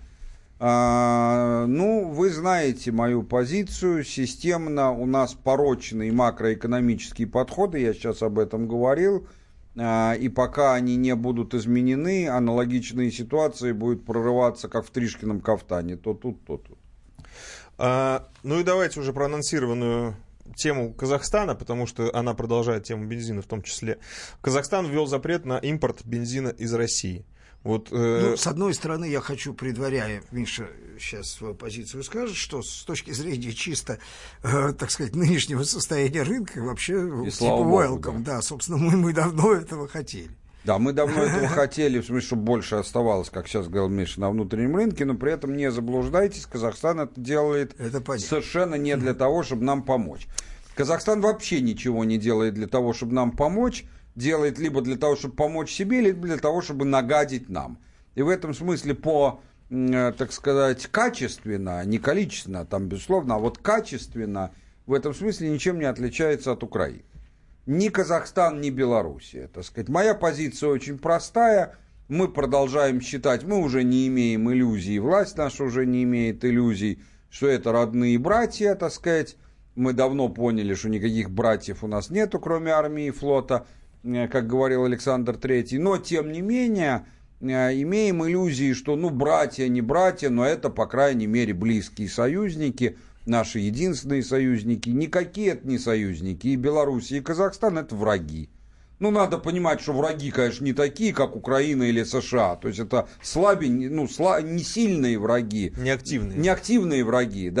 э, ну, вы знаете мою позицию, системно у нас порочные макроэкономические подходы, я сейчас об этом говорил, э, и пока они не будут изменены, аналогичные ситуации будут прорываться, как в Тришкином кафтане, то тут, то тут. А, ну и давайте уже проанонсированную тему Казахстана, потому что она продолжает тему бензина в том числе. Казахстан ввел запрет на импорт бензина из России. Вот, э... ну, с одной стороны, я хочу, предваряя, Миша сейчас свою позицию скажет, что с точки зрения чисто, э, так сказать, нынешнего состояния рынка, вообще, и типа welcome, да. да, собственно, мы, мы давно этого хотели. Да, мы давно этого хотели, в смысле, чтобы больше оставалось, как сейчас говорил Миша, на внутреннем рынке, но при этом не заблуждайтесь, Казахстан это делает это совершенно не для того, чтобы нам помочь. Казахстан вообще ничего не делает для того, чтобы нам помочь, делает либо для того, чтобы помочь себе, либо для того, чтобы нагадить нам. И в этом смысле по, так сказать, качественно, не количественно, там, безусловно, а вот качественно, в этом смысле ничем не отличается от Украины. Ни Казахстан, ни Белоруссия, так сказать. Моя позиция очень простая. Мы продолжаем считать, мы уже не имеем иллюзий, власть наша уже не имеет иллюзий, что это родные братья, так сказать. Мы давно поняли, что никаких братьев у нас нету, кроме армии и флота, как говорил Александр Третий. Но, тем не менее, имеем иллюзии, что, ну, братья, не братья, но это, по крайней мере, близкие союзники, наши единственные союзники. Никакие это не союзники. И Белоруссия, и Казахстан это враги. Ну, надо понимать, что враги, конечно, не такие, как Украина или США. То есть это слабень, ну, сла, не сильные враги. Неактивные. Неактивные враги, да.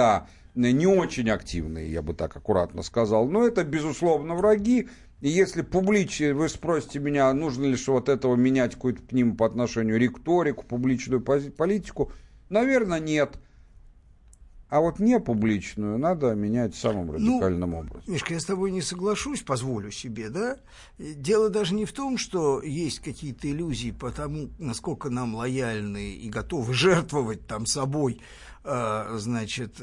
не очень активные, я бы так аккуратно сказал, но это, безусловно, враги. И если публично, вы спросите меня, нужно ли что вот этого менять какую-то к ним по отношению риторику, публичную политику, наверное, нет. А вот не публичную надо менять самым радикальным ну, образом. Мишка, я с тобой не соглашусь, позволю себе, да? Дело даже не в том, что есть какие-то иллюзии по тому, насколько нам лояльны и готовы жертвовать там собой, э, значит,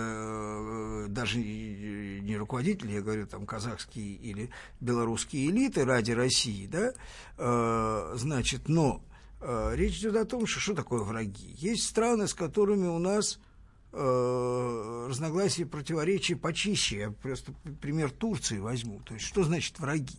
э, даже не руководители, я говорю, там, казахские или белорусские элиты ради России, да? Э, значит, но э, речь идет о том, что что такое враги. Есть страны, с которыми у нас разногласия, противоречия почище. Я просто пример Турции возьму. То есть, что значит враги?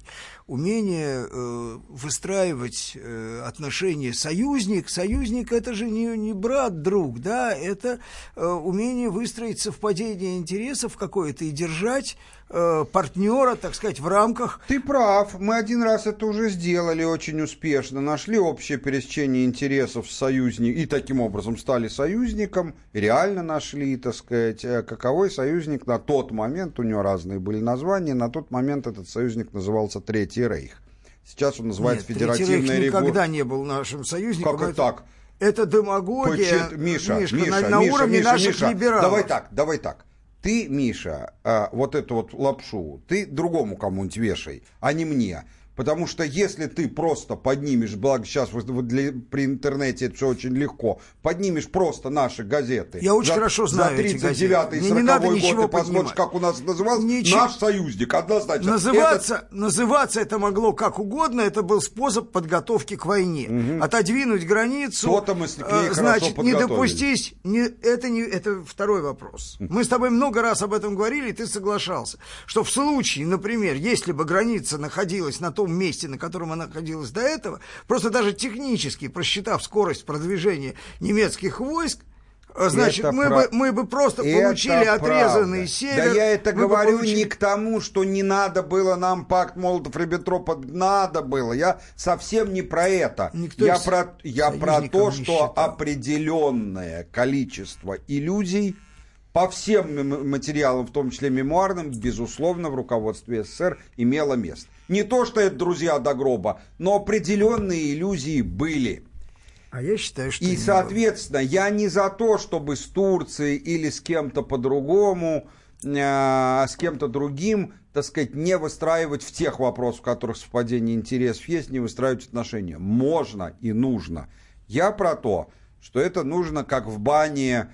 Умение э, выстраивать э, отношения союзник. Союзник — это же не, не брат, друг, да, это э, умение выстроить совпадение интересов какое-то и держать э, партнера, так сказать, в рамках... Ты прав, мы один раз это уже сделали очень успешно, нашли общее пересечение интересов с союзником и таким образом стали союзником, реально нашли, так сказать, каковой союзник на тот момент, у него разные были названия, на тот момент этот союзник назывался Третий Рейх. Сейчас он называется Нет, Федеративная Третий Рейх никогда Република. не был нашим союзником. Как это так? Это демагогия, Почет... Миша, Мишка, Миша, на, на Миша, уровне Миша, наших Миша, либералов. давай так, давай так. Ты, Миша, вот эту вот лапшу, ты другому кому-нибудь вешай, а не мне. Потому что если ты просто поднимешь, благо сейчас для, при интернете это все очень легко, поднимешь просто наши газеты. Я очень за, хорошо знаю за тридцать девятый и сороковой год, и посмотришь, как у нас назывался, ничего. Наш союзник, однозначно. Называться, это... называться это могло как угодно, это был способ подготовки к войне. Угу. Отодвинуть границу, То-то мы с ней э, значит, не допустить, не, это, не, это второй вопрос. Мы с тобой много раз об этом говорили, и ты соглашался, что в случае, например, если бы граница находилась на том месте, на котором она находилась до этого, просто даже технически просчитав скорость продвижения немецких войск, значит, мы, про... бы, мы бы просто это получили отрезанный правда. север. Да я это говорю получили... не к тому, что не надо было нам пакт Молотов-Риббентропа, надо было. Я совсем не про это. Никто я про, я про то, что считал. Определенное количество иллюзий по всем материалам, в том числе мемуарным, безусловно, в руководстве СССР имело место. Не то, что это друзья до гроба, но определенные иллюзии были. А я считаю, что... И, соответственно, было. Я не за то, чтобы с Турцией или с кем-то по-другому, э, с кем-то другим, так сказать, не выстраивать в тех вопросах, в которых совпадение интересов есть, не выстраивать отношения. Можно и нужно. Я про то, что это нужно, как в бане...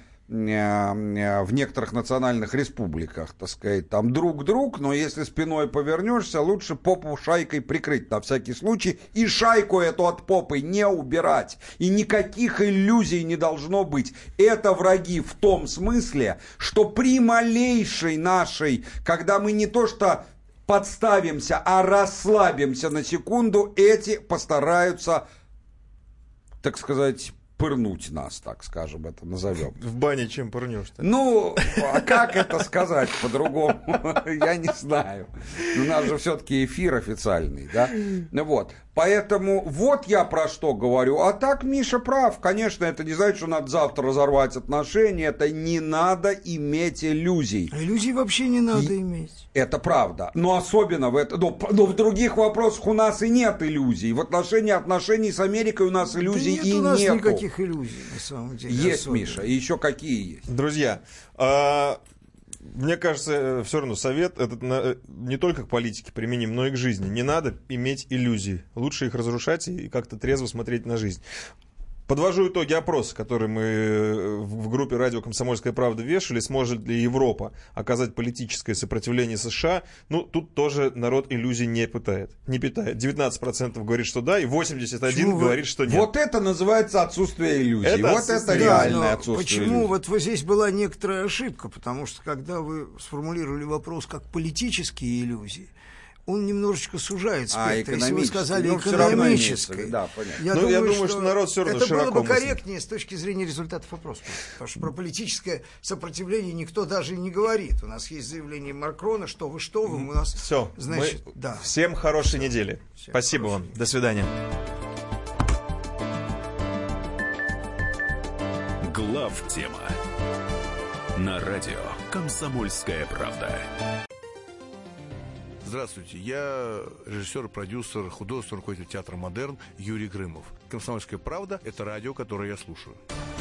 в некоторых национальных республиках, так сказать, там друг-друг, но если спиной повернешься, лучше попу шайкой прикрыть на всякий случай, и шайку эту от попы не убирать, и никаких иллюзий не должно быть. Это враги в том смысле, что при малейшей нашей, когда мы не то что подставимся, а расслабимся на секунду, эти постараются, так сказать, пырнуть нас, так скажем, это назовем. В бане чем пырнешь-то? Ну, а как это сказать по-другому? Я не знаю. У нас же все-таки эфир официальный, да? Вот. Поэтому вот я про что говорю. А так Миша прав. Конечно, это не значит, что надо завтра разорвать отношения. Это не надо иметь иллюзий. А иллюзий вообще не надо и... иметь. Это правда. Но особенно в это... Но, но в других вопросах у нас и нет иллюзий. В отношении отношений с Америкой у нас иллюзий да нет и у нас нету. Никаких иллюзий, на самом деле. Есть, особенно. Миша. И еще какие есть? Друзья, а... мне кажется, все равно совет этот на, не только к политике применим, но и к жизни. Не надо иметь иллюзий. Лучше их разрушать и как-то трезво смотреть на жизнь. Подвожу итоги опроса, который мы в группе «Радио Комсомольская правда» вешали. Сможет ли Европа оказать политическое сопротивление США? Ну, тут тоже народ иллюзий не питает. Не питает. девятнадцать процентов говорит, что да, и восемьдесят один процентов говорит, что нет. Вот это называется отсутствие иллюзий. Это вот отсутствие... это реальное да, отсутствие почему иллюзий. вот здесь была некоторая ошибка? Потому что когда вы сформулировали вопрос как политические иллюзии, он немножечко сужает спектр. А, если вы сказали ну, экономической, да, понятно. я, ну, думаю, я думаю, что, что народ все равно это широко было бы мыслит. корректнее с точки зрения результатов опроса. Потому что про политическое сопротивление никто даже не говорит. У нас есть заявление Макрона, что вы, что вы, у нас... Все, значит, мы... да. Всем хорошей Все. недели. Всем Спасибо хорошей. вам. До свидания. Глав тема На радио «Комсомольская правда». Здравствуйте, я режиссер, продюсер, художественный руководитель театра «Модерн» Юрий Грымов. «Комсомольская правда» — это радио, которое я слушаю.